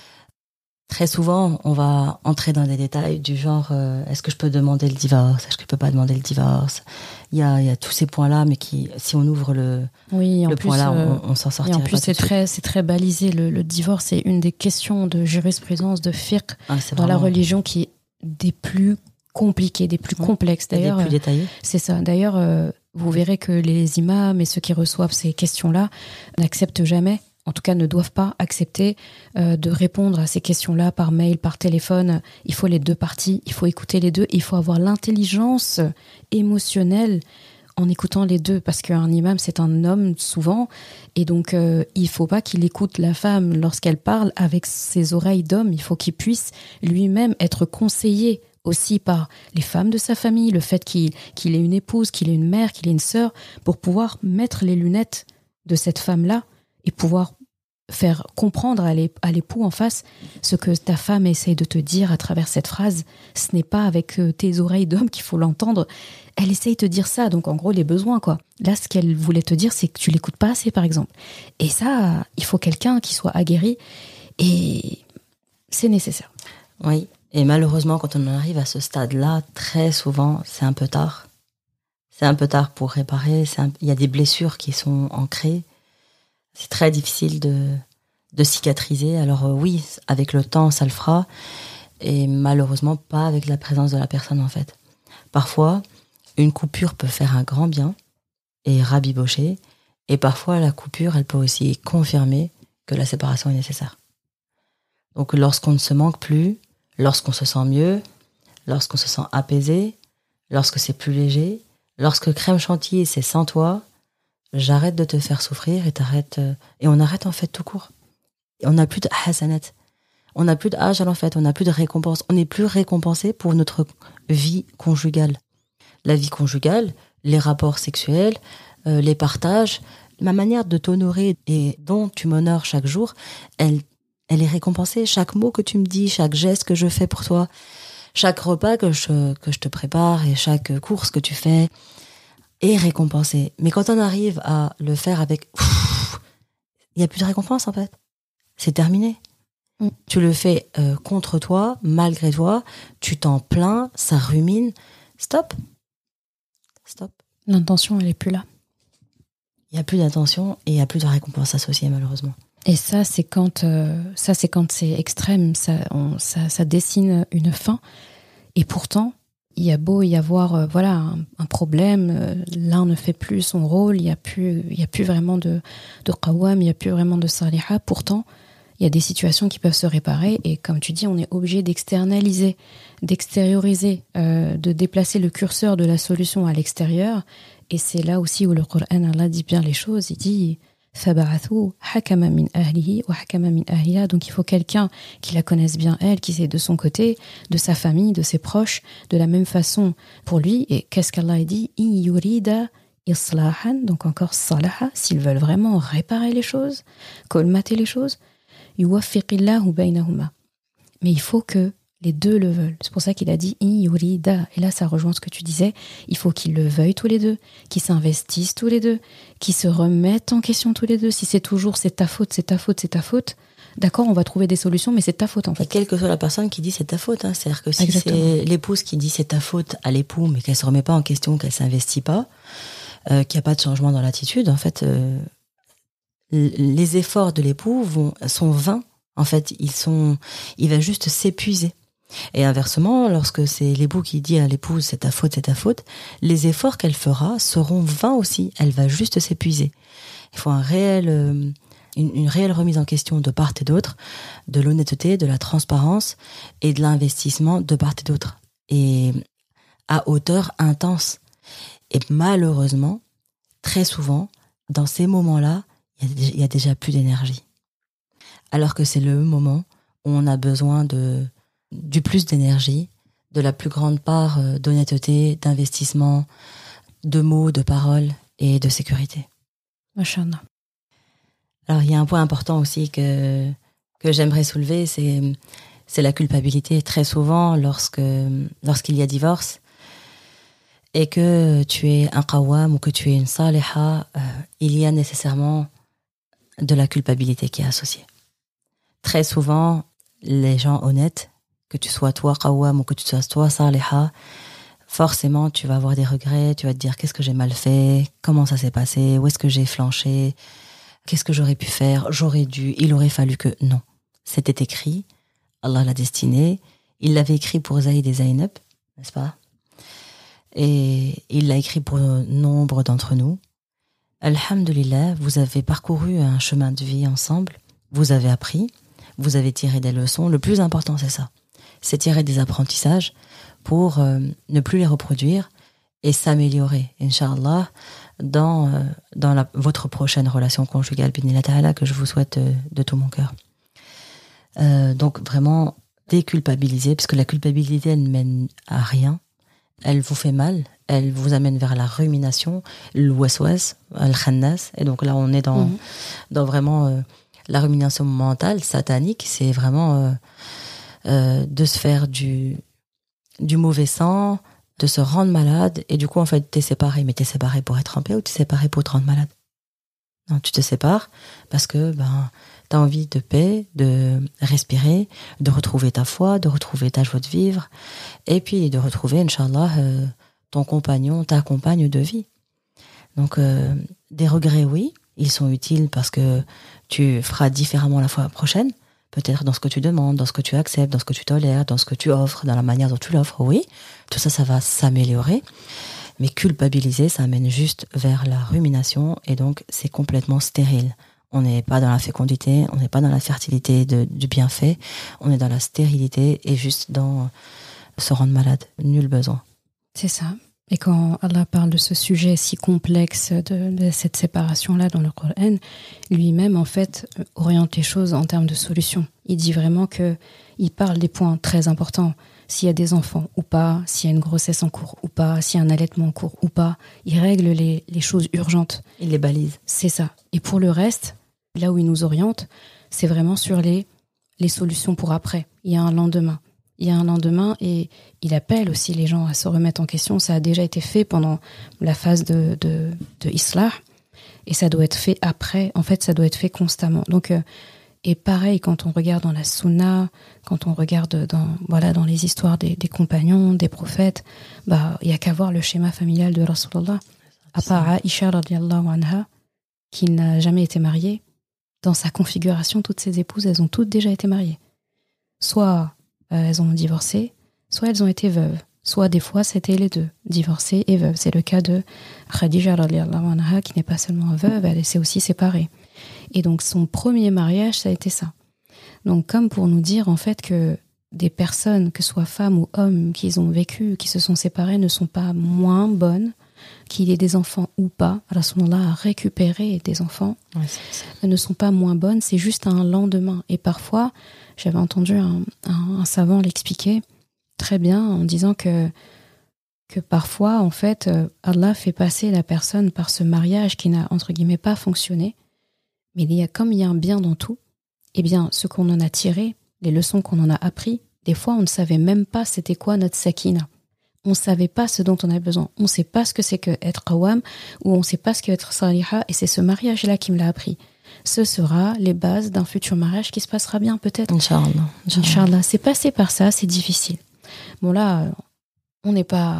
Très souvent, on va entrer dans des détails du genre est-ce que je peux demander le divorce? Est-ce que je peux pas demander le divorce? Il y a tous ces points-là, mais qui, si on ouvre le point-là, on s'en sortira Et en pas plus, tout de suite. c'est très balisé. Le divorce, c'est une des questions de jurisprudence, de fiqh C'est dans la vraiment religion qui est des plus compliquées, des plus complexes. des D'ailleurs, plus détaillés. c'est ça. D'ailleurs, vous verrez que les imams et ceux qui reçoivent ces questions-là n'acceptent jamais, en tout cas ne doivent pas accepter de répondre à ces questions-là par mail, par téléphone. Il faut les deux parties, il faut écouter les deux, il faut avoir l'intelligence émotionnelle en écoutant les deux, parce qu'un imam, c'est un homme souvent, et donc il faut pas qu'il écoute la femme lorsqu'elle parle avec ses oreilles d'homme, il faut qu'il puisse lui-même être conseillé aussi par les femmes de sa famille, le fait qu'il ait une épouse, qu'il ait une mère, qu'il ait une sœur, pour pouvoir mettre les lunettes de cette femme-là et pouvoir faire comprendre à l'époux en face ce que ta femme essaye de te dire à travers cette phrase. Ce n'est pas avec tes oreilles d'homme qu'il faut l'entendre. Elle essaye de te dire ça, donc en gros les besoins, quoi. Là, ce qu'elle voulait te dire, c'est que tu l'écoutes pas assez, par exemple. Et ça, il faut quelqu'un qui soit aguerri, et c'est nécessaire. Oui, et malheureusement, quand on en arrive à ce stade-là, très souvent, c'est un peu tard. C'est un peu tard pour réparer. Il y a des blessures qui sont ancrées. C'est très difficile de cicatriser. Alors oui, avec le temps, ça le fera. Et malheureusement, pas avec la présence de la personne, en fait. Parfois, une coupure peut faire un grand bien et rabibocher. Et parfois, la coupure, elle peut aussi confirmer que la séparation est nécessaire. Donc, lorsqu'on ne se manque plus, lorsqu'on se sent mieux, lorsqu'on se sent apaisé, lorsque c'est plus léger, lorsque crème chantilly, c'est sans toi, j'arrête de te faire souffrir et on arrête en fait tout court. Et on n'a plus de hasanat. On n'a plus de ajal en fait, on n'a plus de récompense. On n'est plus récompensé pour notre vie conjugale. La vie conjugale, les rapports sexuels, les partages, ma manière de t'honorer et dont tu m'honores chaque jour, elle est récompensée. Chaque mot que tu me dis, chaque geste que je fais pour toi, chaque repas que je te prépare et chaque course que tu fais est récompensé. Mais quand on arrive à le faire avec... Il n'y a plus de récompense en fait. C'est terminé. Tu le fais contre toi, malgré toi, tu t'en plains, ça rumine. Stop. L'intention, elle n'est plus là. Il n'y a plus d'intention et il n'y a plus de récompense associée malheureusement. Et ça, c'est quand c'est extrême, ça dessine une fin. Et pourtant, il y a beau y avoir un problème, l'un ne fait plus son rôle, il y a plus vraiment de qawwam, il n'y a plus vraiment de saliha. Pourtant, il y a des situations qui peuvent se réparer et comme tu dis, on est obligé d'externaliser, d'extérioriser, de déplacer le curseur de la solution à l'extérieur. Et c'est là aussi où le Coran, Allah dit bien les choses. Il dit فَبَعَثُوا حَكَمًا مِنْ أَهْلِهِ وَحَكَمًا مِنْ أَهْلِهَا. Donc il faut quelqu'un qui la connaisse bien, elle, qui sait de son côté, de sa famille, de ses proches, de la même façon pour lui. Et qu'est-ce qu'Allah dit? إِنْ يُرِيدَ إِصْلَاحًا. Donc encore salaha, s'ils veulent vraiment réparer les choses, colmater les choses, يُوَفِّقِ اللَّهُ بَيْنَهُمَا. Mais il faut que les deux le veulent. C'est pour ça qu'il a dit in yurida. Et là, ça rejoint ce que tu disais. Il faut qu'ils le veuillent tous les deux, qu'ils s'investissent tous les deux, qu'ils se remettent en question tous les deux. Si c'est toujours c'est ta faute, c'est ta faute, c'est ta faute, d'accord, on va trouver des solutions, mais c'est ta faute en fait. Et quelle que soit la personne qui dit c'est ta faute, hein. C'est-à-dire que si c'est l'épouse qui dit c'est ta faute à l'époux, mais qu'elle se remet pas en question, qu'elle s'investit pas, qu'il n'y a pas de changement dans l'attitude, en fait, les efforts de l'époux sont vains. En fait, il va juste s'épuiser. Et inversement, lorsque c'est l'époux qui dit à l'épouse c'est ta faute, les efforts qu'elle fera seront vains aussi. Elle va juste s'épuiser. Il faut une réelle remise en question de part et d'autre, de l'honnêteté, de la transparence et de l'investissement de part et d'autre. Et à hauteur intense. Et malheureusement, très souvent, dans ces moments-là, il y a déjà plus d'énergie. Alors que c'est le moment où on a besoin du plus d'énergie, de la plus grande part d'honnêteté, d'investissement, de mots, de paroles et de sécurité. Machallah. Alors, il y a un point important aussi que j'aimerais soulever, c'est la culpabilité. Très souvent, lorsqu'il y a divorce et que tu es un qawwam ou que tu es une saliha, il y a nécessairement de la culpabilité qui est associée. Très souvent, les gens honnêtes, que tu sois toi qawwam ou que tu sois toi saliha, forcément, tu vas avoir des regrets, tu vas te dire qu'est-ce que j'ai mal fait, comment ça s'est passé, où est-ce que j'ai flanché, qu'est-ce que j'aurais pu faire, j'aurais dû, il aurait fallu que... Non, c'était écrit, Allah l'a destiné, il l'avait écrit pour Zaïd et Zaynab, n'est-ce pas? Et il l'a écrit pour nombre d'entre nous. Alhamdulillah, vous avez parcouru un chemin de vie ensemble, vous avez appris, vous avez tiré des leçons. Le plus important, c'est ça, c'est tirer des apprentissages pour ne plus les reproduire et s'améliorer, Inch'Allah, dans votre prochaine relation conjugale, B'idhnillah ta'ala, que je vous souhaite de tout mon cœur. Donc vraiment, déculpabiliser, parce que la culpabilité, elle ne mène à rien. Elle vous fait mal, elle vous amène vers la rumination, l'ouasouas, al-khannas. Et donc là, on est dans vraiment la rumination mentale, satanique. C'est vraiment de se faire du mauvais sang, de se rendre malade. Et du coup, en fait, t'es séparé. Mais t'es séparé pour être en paix ou t'es séparé pour te rendre malade? Non, tu te sépares parce que t'as envie de paix, de respirer, de retrouver ta foi, de retrouver ta joie de vivre, et puis de retrouver, Inch'Allah, ton compagnon, ta compagne de vie. Donc, des regrets, oui, ils sont utiles parce que tu feras différemment la fois prochaine, peut-être dans ce que tu demandes, dans ce que tu acceptes, dans ce que tu tolères, dans ce que tu offres, dans la manière dont tu l'offres, oui. Tout ça, ça va s'améliorer. Mais culpabiliser, ça amène juste vers la rumination, et donc c'est complètement stérile. On n'est pas dans la fécondité, on n'est pas dans la fertilité du bienfait, on est dans la stérilité et juste dans se rendre malade. Nul besoin. C'est ça. Et quand Allah parle de ce sujet si complexe de cette séparation-là dans le Coran, lui-même, en fait, oriente les choses en termes de solutions. Il dit vraiment qu'il parle des points très importants. S'il y a des enfants ou pas, s'il y a une grossesse en cours ou pas, s'il y a un allaitement en cours ou pas, il règle les choses urgentes. Il les balise. C'est ça. Et pour le reste, là où il nous oriente, c'est vraiment sur les solutions pour après. Il y a un lendemain. Et il appelle aussi les gens à se remettre en question. Ça a déjà été fait pendant la phase de Islah, et ça doit être fait après. En fait, ça doit être fait constamment. Donc, et pareil, quand on regarde dans la Sunna, quand on regarde dans les histoires des compagnons, des prophètes, il y a qu'à voir le schéma familial de Rasulullah. À part Aïcha radiyallahu anha, qui n'a jamais été mariée, dans sa configuration, toutes ses épouses, elles ont toutes déjà été mariées. Soit elles ont divorcé, soit elles ont été veuves. Soit des fois, c'était les deux, divorcées et veuves. C'est le cas de Khadija radiyallahu anha, qui n'est pas seulement veuve, elle s'est aussi séparée. Et donc, son premier mariage, ça a été ça. Donc, comme pour nous dire, en fait, que des personnes, que ce soit femmes ou hommes, qui ont vécu, qui se sont séparés, ne sont pas moins bonnes, qu'il y ait des enfants ou pas. Rasulullah a récupéré des enfants, ne sont pas moins bonnes, c'est juste un lendemain. Et parfois, j'avais entendu un savant l'expliquer très bien en disant que parfois, en fait, Allah fait passer la personne par ce mariage qui n'a, entre guillemets, pas fonctionné. Mais comme il y a un bien dans tout, eh bien, ce qu'on en a tiré, les leçons qu'on en a appris, des fois, on ne savait même pas c'était quoi notre sakina. On ne savait pas ce dont on a besoin. On ne sait pas ce que c'est que être qawwam, ou on ne sait pas ce que être saliha, et c'est ce mariage-là qui me l'a appris. Ce sera les bases d'un futur mariage qui se passera bien, peut-être. Inch'Allah. C'est passé par ça, c'est difficile. Bon, là, on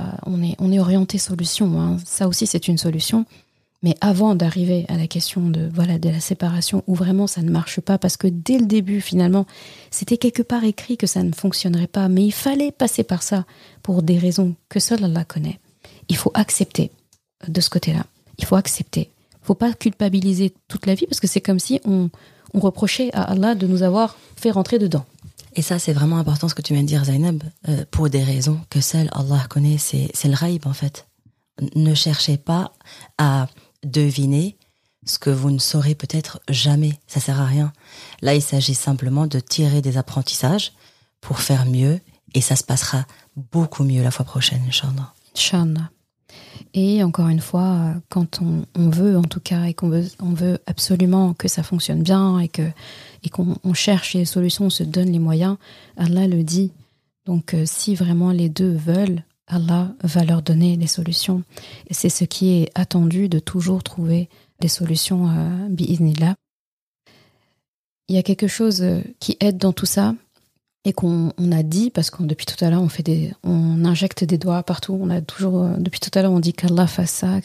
est orienté solution, hein. Ça aussi, c'est une solution. Mais avant d'arriver à la question de la séparation, où vraiment ça ne marche pas, parce que dès le début, finalement, c'était quelque part écrit que ça ne fonctionnerait pas, mais il fallait passer par ça pour des raisons que seul Allah connaît. Il faut accepter de ce côté-là. Il faut accepter. Il ne faut pas culpabiliser toute la vie, parce que c'est comme si on reprochait à Allah de nous avoir fait rentrer dedans. Et ça, c'est vraiment important ce que tu viens de dire, Zaynab, pour des raisons que seul Allah connaît. C'est le ghaïb, en fait. Ne cherchez pas à deviner ce que vous ne saurez peut-être jamais. Ça sert à rien. Là, il s'agit simplement de tirer des apprentissages pour faire mieux, et ça se passera beaucoup mieux la fois prochaine, Inch'Allah. Inch'Allah. Et encore une fois, quand on veut, en tout cas, et on veut absolument que ça fonctionne bien et qu'on cherche les solutions, on se donne les moyens, Allah le dit. Donc, si vraiment les deux veulent, Allah va leur donner les solutions. Et c'est ce qui est attendu, de toujours trouver des solutions bi'idhnillah. Il y a quelque chose qui aide dans tout ça et qu'on a dit, parce que depuis tout à l'heure on injecte des doigts partout, on a toujours, depuis tout à l'heure on dit qu'Allah fasse ça,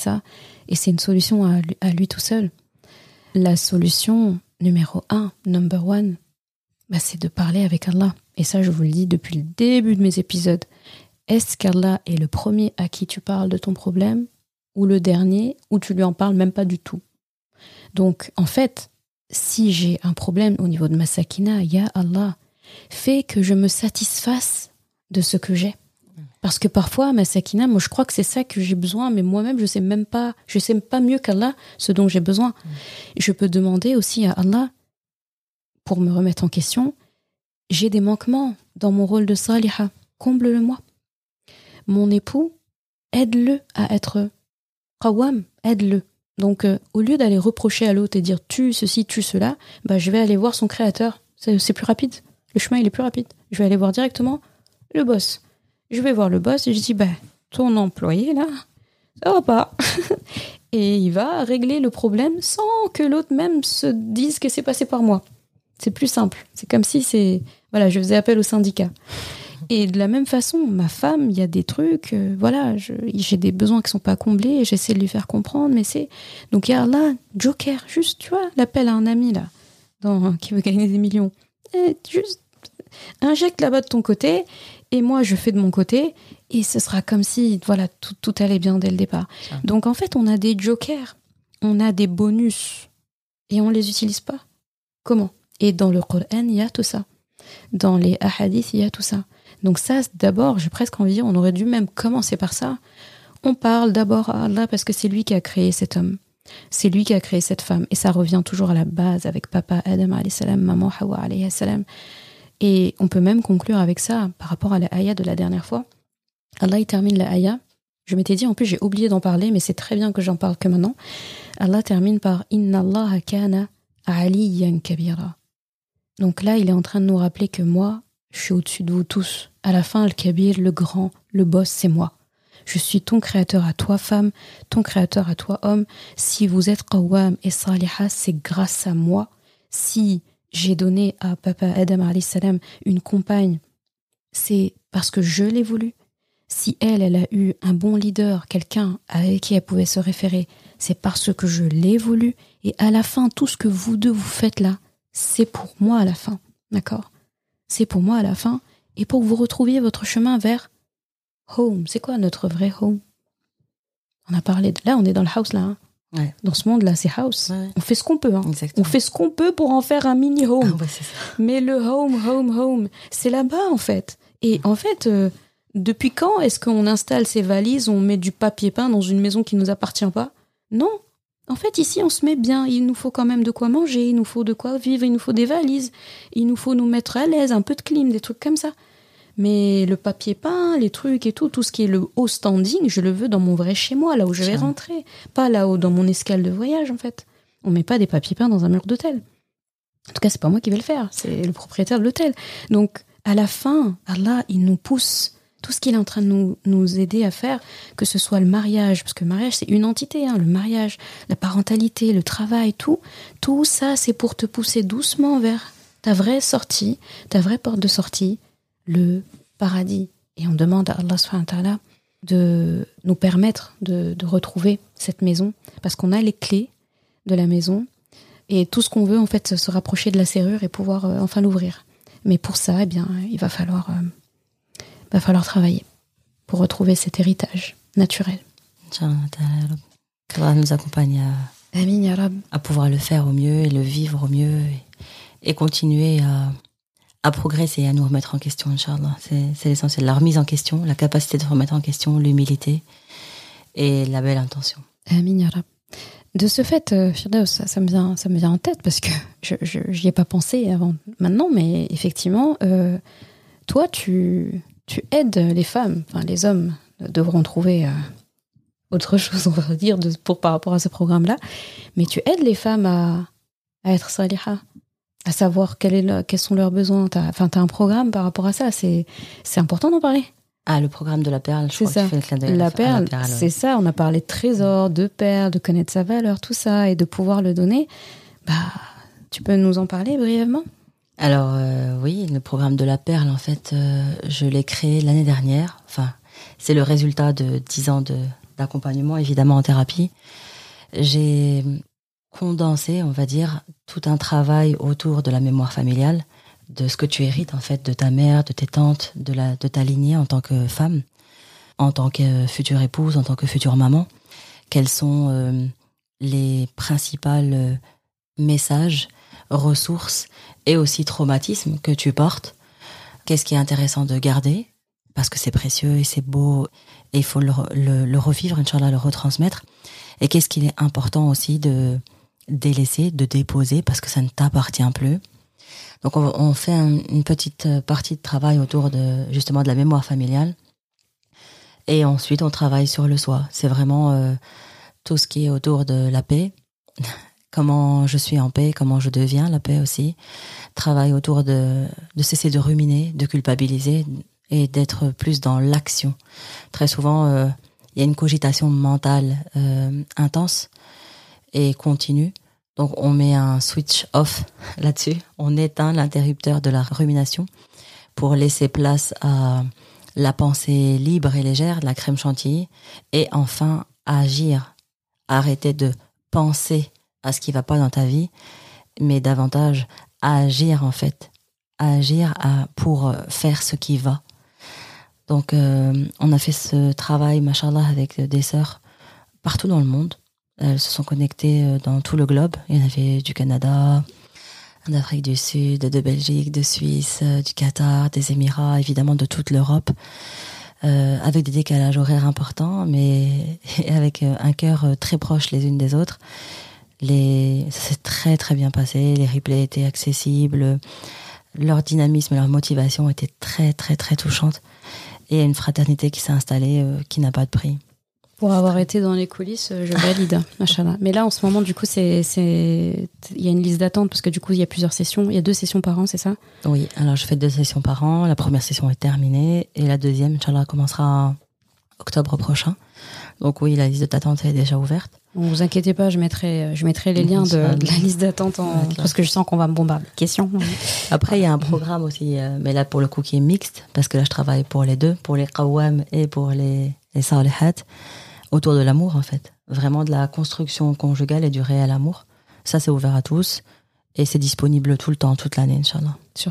et c'est une solution à lui tout seul. La solution numéro 1, number one, c'est de parler avec Allah. Et ça, je vous le dis depuis le début de mes épisodes. Est-ce qu'Allah est le premier à qui tu parles de ton problème, ou le dernier où tu lui en parles même pas du tout? Donc, en fait, si j'ai un problème au niveau de ma sakina, ya Allah, fais que je me satisfasse de ce que j'ai. Parce que parfois, ma sakina, moi je crois que c'est ça que j'ai besoin, mais moi-même je sais pas mieux qu'Allah ce dont j'ai besoin. Je peux demander aussi à Allah, pour me remettre en question, j'ai des manquements dans mon rôle de saliha, comble-le-moi. Mon époux, aide-le à être qawwam, aide-le. Donc, au lieu d'aller reprocher à l'autre et dire tu ceci, tu cela, je vais aller voir son créateur. C'est plus rapide. Le chemin, il est plus rapide. Je vais aller voir directement le boss. Je vais voir le boss et je dis ton employé, là, ça va pas. Et il va régler le problème sans que l'autre même se dise que c'est passé par moi. C'est plus simple. C'est comme si je faisais appel au syndicat. Et de la même façon, ma femme, il y a des trucs, j'ai des besoins qui sont pas comblés et j'essaie de lui faire comprendre, mais c'est... Donc, il y a là, Joker, juste, tu vois, l'appel à un ami, là, qui veut gagner des millions. Et juste, injecte là-bas de ton côté, et moi, je fais de mon côté, et ce sera comme si, tout allait bien dès le départ. Ah. Donc, en fait, on a des jokers, on a des bonus, et on les utilise pas. Comment? Et dans le Coran, il y a tout ça. Dans les hadiths, il y a tout ça. Donc ça, d'abord, j'ai presque envie de dire, on aurait dû même commencer par ça. On parle d'abord à Allah parce que c'est lui qui a créé cet homme. C'est lui qui a créé cette femme. Et ça revient toujours à la base avec papa Adam alayhi salam, maman Hawa alayhi salam. Et on peut même conclure avec ça par rapport à la ayah de la dernière fois. Allah, il termine la ayah. Je m'étais dit, en plus, j'ai oublié d'en parler, mais c'est très bien que j'en parle que maintenant. Allah termine par « Inna Allah kana aliyan kabira ». Donc là, il est en train de nous rappeler que moi, je suis au-dessus de vous tous. À la fin, le kabir, le grand, le boss, c'est moi. Je suis ton créateur à toi, femme, ton créateur à toi, homme. Si vous êtes qawwam et saliha, c'est grâce à moi. Si j'ai donné à papa Adam alayhi salam une compagne, c'est parce que je l'ai voulu. Si elle a eu un bon leader, quelqu'un avec qui elle pouvait se référer, c'est parce que je l'ai voulu. Et à la fin, tout ce que vous deux vous faites là, c'est pour moi à la fin. D'accord ? C'est pour moi à la fin. Et pour que vous retrouviez votre chemin vers home. C'est quoi notre vrai home? On a parlé de... Là, on est dans le house, là. Hein. Ouais. Dans ce monde-là, c'est house. Ouais. On fait ce qu'on peut. Hein. On fait ce qu'on peut pour en faire un mini-home. Ah ouais, c'est ça. Mais le home, c'est là-bas, en fait. Et en fait, depuis quand est-ce qu'on installe ces valises, on met du papier peint dans une maison qui ne nous appartient pas? Non. En fait, ici, on se met bien. Il nous faut quand même de quoi manger, il nous faut de quoi vivre, il nous faut des valises, il nous faut nous mettre à l'aise, un peu de clim, des trucs comme ça. Mais le papier peint, les trucs et tout ce qui est le haut standing, je le veux dans mon vrai chez moi, là où je vais rentrer. Pas là-haut dans mon escale de voyage, en fait. On met pas des papiers peints dans un mur d'hôtel. En tout cas, c'est pas moi qui vais le faire, c'est le propriétaire de l'hôtel. Donc, à la fin, Allah, il nous pousse tout ce qu'il est en train de nous aider à faire, que ce soit le mariage, parce que le mariage, c'est une entité, hein, le mariage, la parentalité, le travail, tout ça, c'est pour te pousser doucement vers ta vraie sortie, ta vraie porte de sortie, le paradis. Et on demande à Allah subhanahu wa ta'ala de nous permettre de retrouver cette maison, parce qu'on a les clés de la maison, et tout ce qu'on veut, en fait, se rapprocher de la serrure et pouvoir enfin l'ouvrir. Mais pour ça, eh bien, il va falloir travailler pour retrouver cet héritage naturel. Qu'Allah nous accompagne Amin, ya Rab. À pouvoir le faire au mieux et le vivre au mieux et continuer à progresser et à nous remettre en question, Inch'Allah. C'est l'essentiel. La remise en question, la capacité de se remettre en question, l'humilité et la belle intention. Amin, ya Rab. De ce fait, Firdaus, ça me vient en tête parce que je n'y ai pas pensé avant maintenant, mais effectivement, toi, tu aides les femmes, enfin les hommes devront trouver autre chose, on va dire, par rapport à ce programme-là. Mais tu aides les femmes à être saliha, à savoir quels sont leurs besoins. T'as un programme par rapport à ça. C'est important d'en parler. Ah, le programme de la perle, je crois que tu fais le clin d'œil. La perle, c'est ça. On a parlé de trésor, de perle, de connaître sa valeur, tout ça, et de pouvoir le donner. Tu peux nous en parler brièvement ? Alors, oui, le programme de la perle, en fait, je l'ai créé l'année dernière. Enfin, c'est le résultat de 10 ans d'accompagnement, évidemment, en thérapie. J'ai condensé, on va dire, tout un travail autour de la mémoire familiale, de ce que tu hérites, en fait, de ta mère, de tes tantes, de ta lignée en tant que femme, en tant que future épouse, en tant que future maman. Quels sont les principaux messages, ressources et aussi traumatismes que tu portes? Qu'est-ce qui est intéressant de garder? Parce que c'est précieux et c'est beau et il faut le revivre, Inch'Allah, le retransmettre. Et qu'est-ce qu'il est important aussi de délaisser, de déposer parce que ça ne t'appartient plus. Donc on fait une petite partie de travail autour justement de la mémoire familiale. Et ensuite on travaille sur le soi. C'est vraiment tout ce qui est autour de la paix. Comment je suis en paix, comment je deviens la paix aussi. Travail autour de cesser de ruminer, de culpabiliser et d'être plus dans l'action. Très souvent, il y a une cogitation mentale intense et continue. Donc on met un switch off là-dessus. On éteint l'interrupteur de la rumination pour laisser place à la pensée libre et légère, de la crème chantilly, et enfin agir. Arrêter de penser à ce qui va pas dans ta vie, mais davantage à agir en fait. À agir pour faire ce qui va. Donc on a fait ce travail, machallah, avec des sœurs partout dans le monde. Elles se sont connectées dans tout le globe. Il y en avait du Canada, d'Afrique du Sud, de Belgique, de Suisse, du Qatar, des Émirats, évidemment de toute l'Europe, avec des décalages horaires importants, mais avec un cœur très proche les unes des autres. Ça s'est très très bien passé. Les replays étaient accessibles. Leur dynamisme et leur motivation étaient très très très touchantes. Et il y a une fraternité qui s'est installée qui n'a pas de prix. Pour avoir été dans les coulisses, je valide, machallah. Mais là, en ce moment, du coup, il y a une liste d'attente parce que du coup, il y a plusieurs sessions. Il y a 2 sessions par an, c'est ça ? Oui, alors je fais 2 sessions par an. La première session est terminée et la deuxième, Inch'Allah, commencera en octobre prochain. Donc oui, la liste d'attente est déjà ouverte. Ne vous inquiétez pas, je mettrai les liens de la liste d'attente parce que je sens qu'on va me bombarder de questions. Après, il y a un programme aussi, mais là, pour le coup, qui est mixte parce que là, je travaille pour les deux, pour les qawwam et pour les salihat. Autour de l'amour, en fait. Vraiment de la construction conjugale et du réel amour. Ça, c'est ouvert à tous. Et c'est disponible tout le temps, toute l'année, Inch'Allah. Sur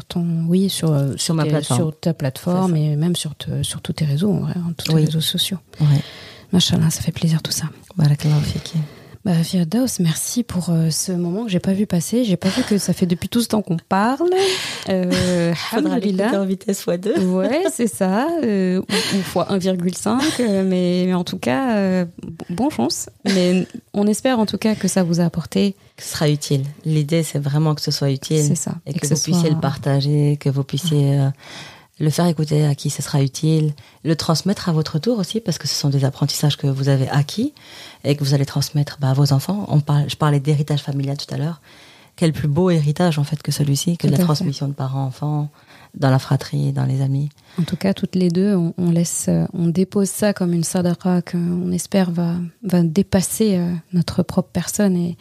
ma plateforme. Sur ta plateforme et même sur tous tes réseaux, en vrai, tous tes réseaux sociaux. Oui. Machallah, ça fait plaisir tout ça. Barakallahu fiki. Firdaus, merci pour ce moment que j'ai pas vu passer. J'ai pas vu que ça fait depuis tout ce temps qu'on parle. Faudra l'écouter en vitesse x2. Ouais, c'est ça. Ou fois 1,5. Mais en tout cas, bonne chance. Mais on espère en tout cas que ça vous a apporté. Que ce sera utile. L'idée, c'est vraiment que ce soit utile. C'est ça. Et que vous puissiez le partager, que vous puissiez le faire écouter à qui ce sera utile, le transmettre à votre tour aussi, parce que ce sont des apprentissages que vous avez acquis et que vous allez transmettre à vos enfants. Je parlais d'héritage familial tout à l'heure. Quel plus beau héritage en fait que celui-ci, que la transmission de parents-enfants, dans la fratrie, dans les amis. En tout cas, toutes les deux, on dépose ça comme une sadaqa qu'on espère va dépasser notre propre personne et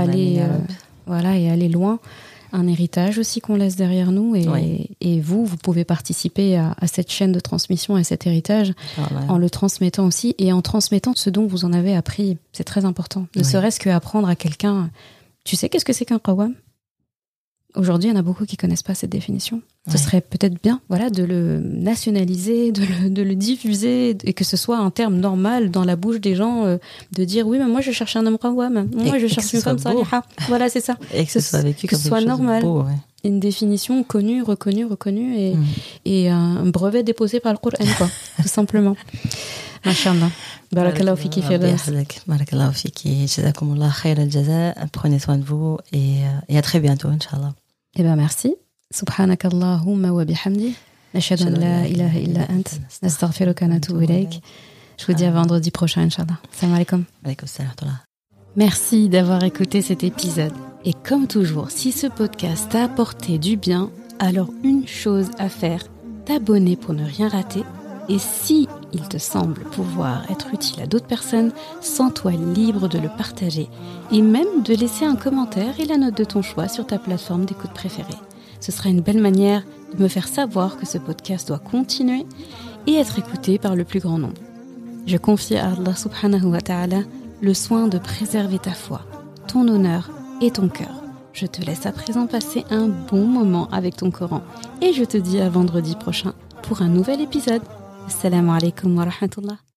aller loin. Un héritage aussi qu'on laisse derrière nous et vous pouvez participer à cette chaîne de transmission, à cet héritage en le transmettant aussi et en transmettant ce dont vous en avez appris. C'est très important. Ne serait-ce qu'apprendre à quelqu'un. Tu sais qu'est-ce que c'est qu'un qawwam ? Aujourd'hui, il y en a beaucoup qui connaissent pas cette définition. Ce serait peut-être bien, de le nationaliser, de le diffuser et que ce soit un terme normal dans la bouche des gens de dire oui, mais moi je cherche un homme qawwam, moi je cherche une femme saliha. Voilà, c'est ça. Et que ce soit vécu comme quelque chose normal. Beau, Une définition connue, reconnue et un brevet déposé par le Coran, quoi, tout simplement. Mashallah. Barakallahu fiki Firdaus. Barakallahu fiki. Jazakumullah khair al-jaza. Prenez soin de vous et à très bientôt, Inch'Allah. Eh ben merci. سبحانك اللهم وبحمدك نشهد أن لا إله إلا أنت نستغفرك ونتوب إليك Je vous dis à vendredi prochain, Inch'Allah. Salam alaikum. Alaykoum salam. Merci d'avoir écouté cet épisode. Et comme toujours, si ce podcast t'a apporté du bien, alors une chose à faire, t'abonner pour ne rien rater. Et si il te semble pouvoir être utile à d'autres personnes, sens-toi libre de le partager et même de laisser un commentaire et la note de ton choix sur ta plateforme d'écoute préférée. Ce sera une belle manière de me faire savoir que ce podcast doit continuer et être écouté par le plus grand nombre. Je confie à Allah subhanahu wa ta'ala le soin de préserver ta foi, ton honneur et ton cœur. Je te laisse à présent passer un bon moment avec ton Coran et je te dis à vendredi prochain pour un nouvel épisode. Assalamu alaikum wa rahmatullah.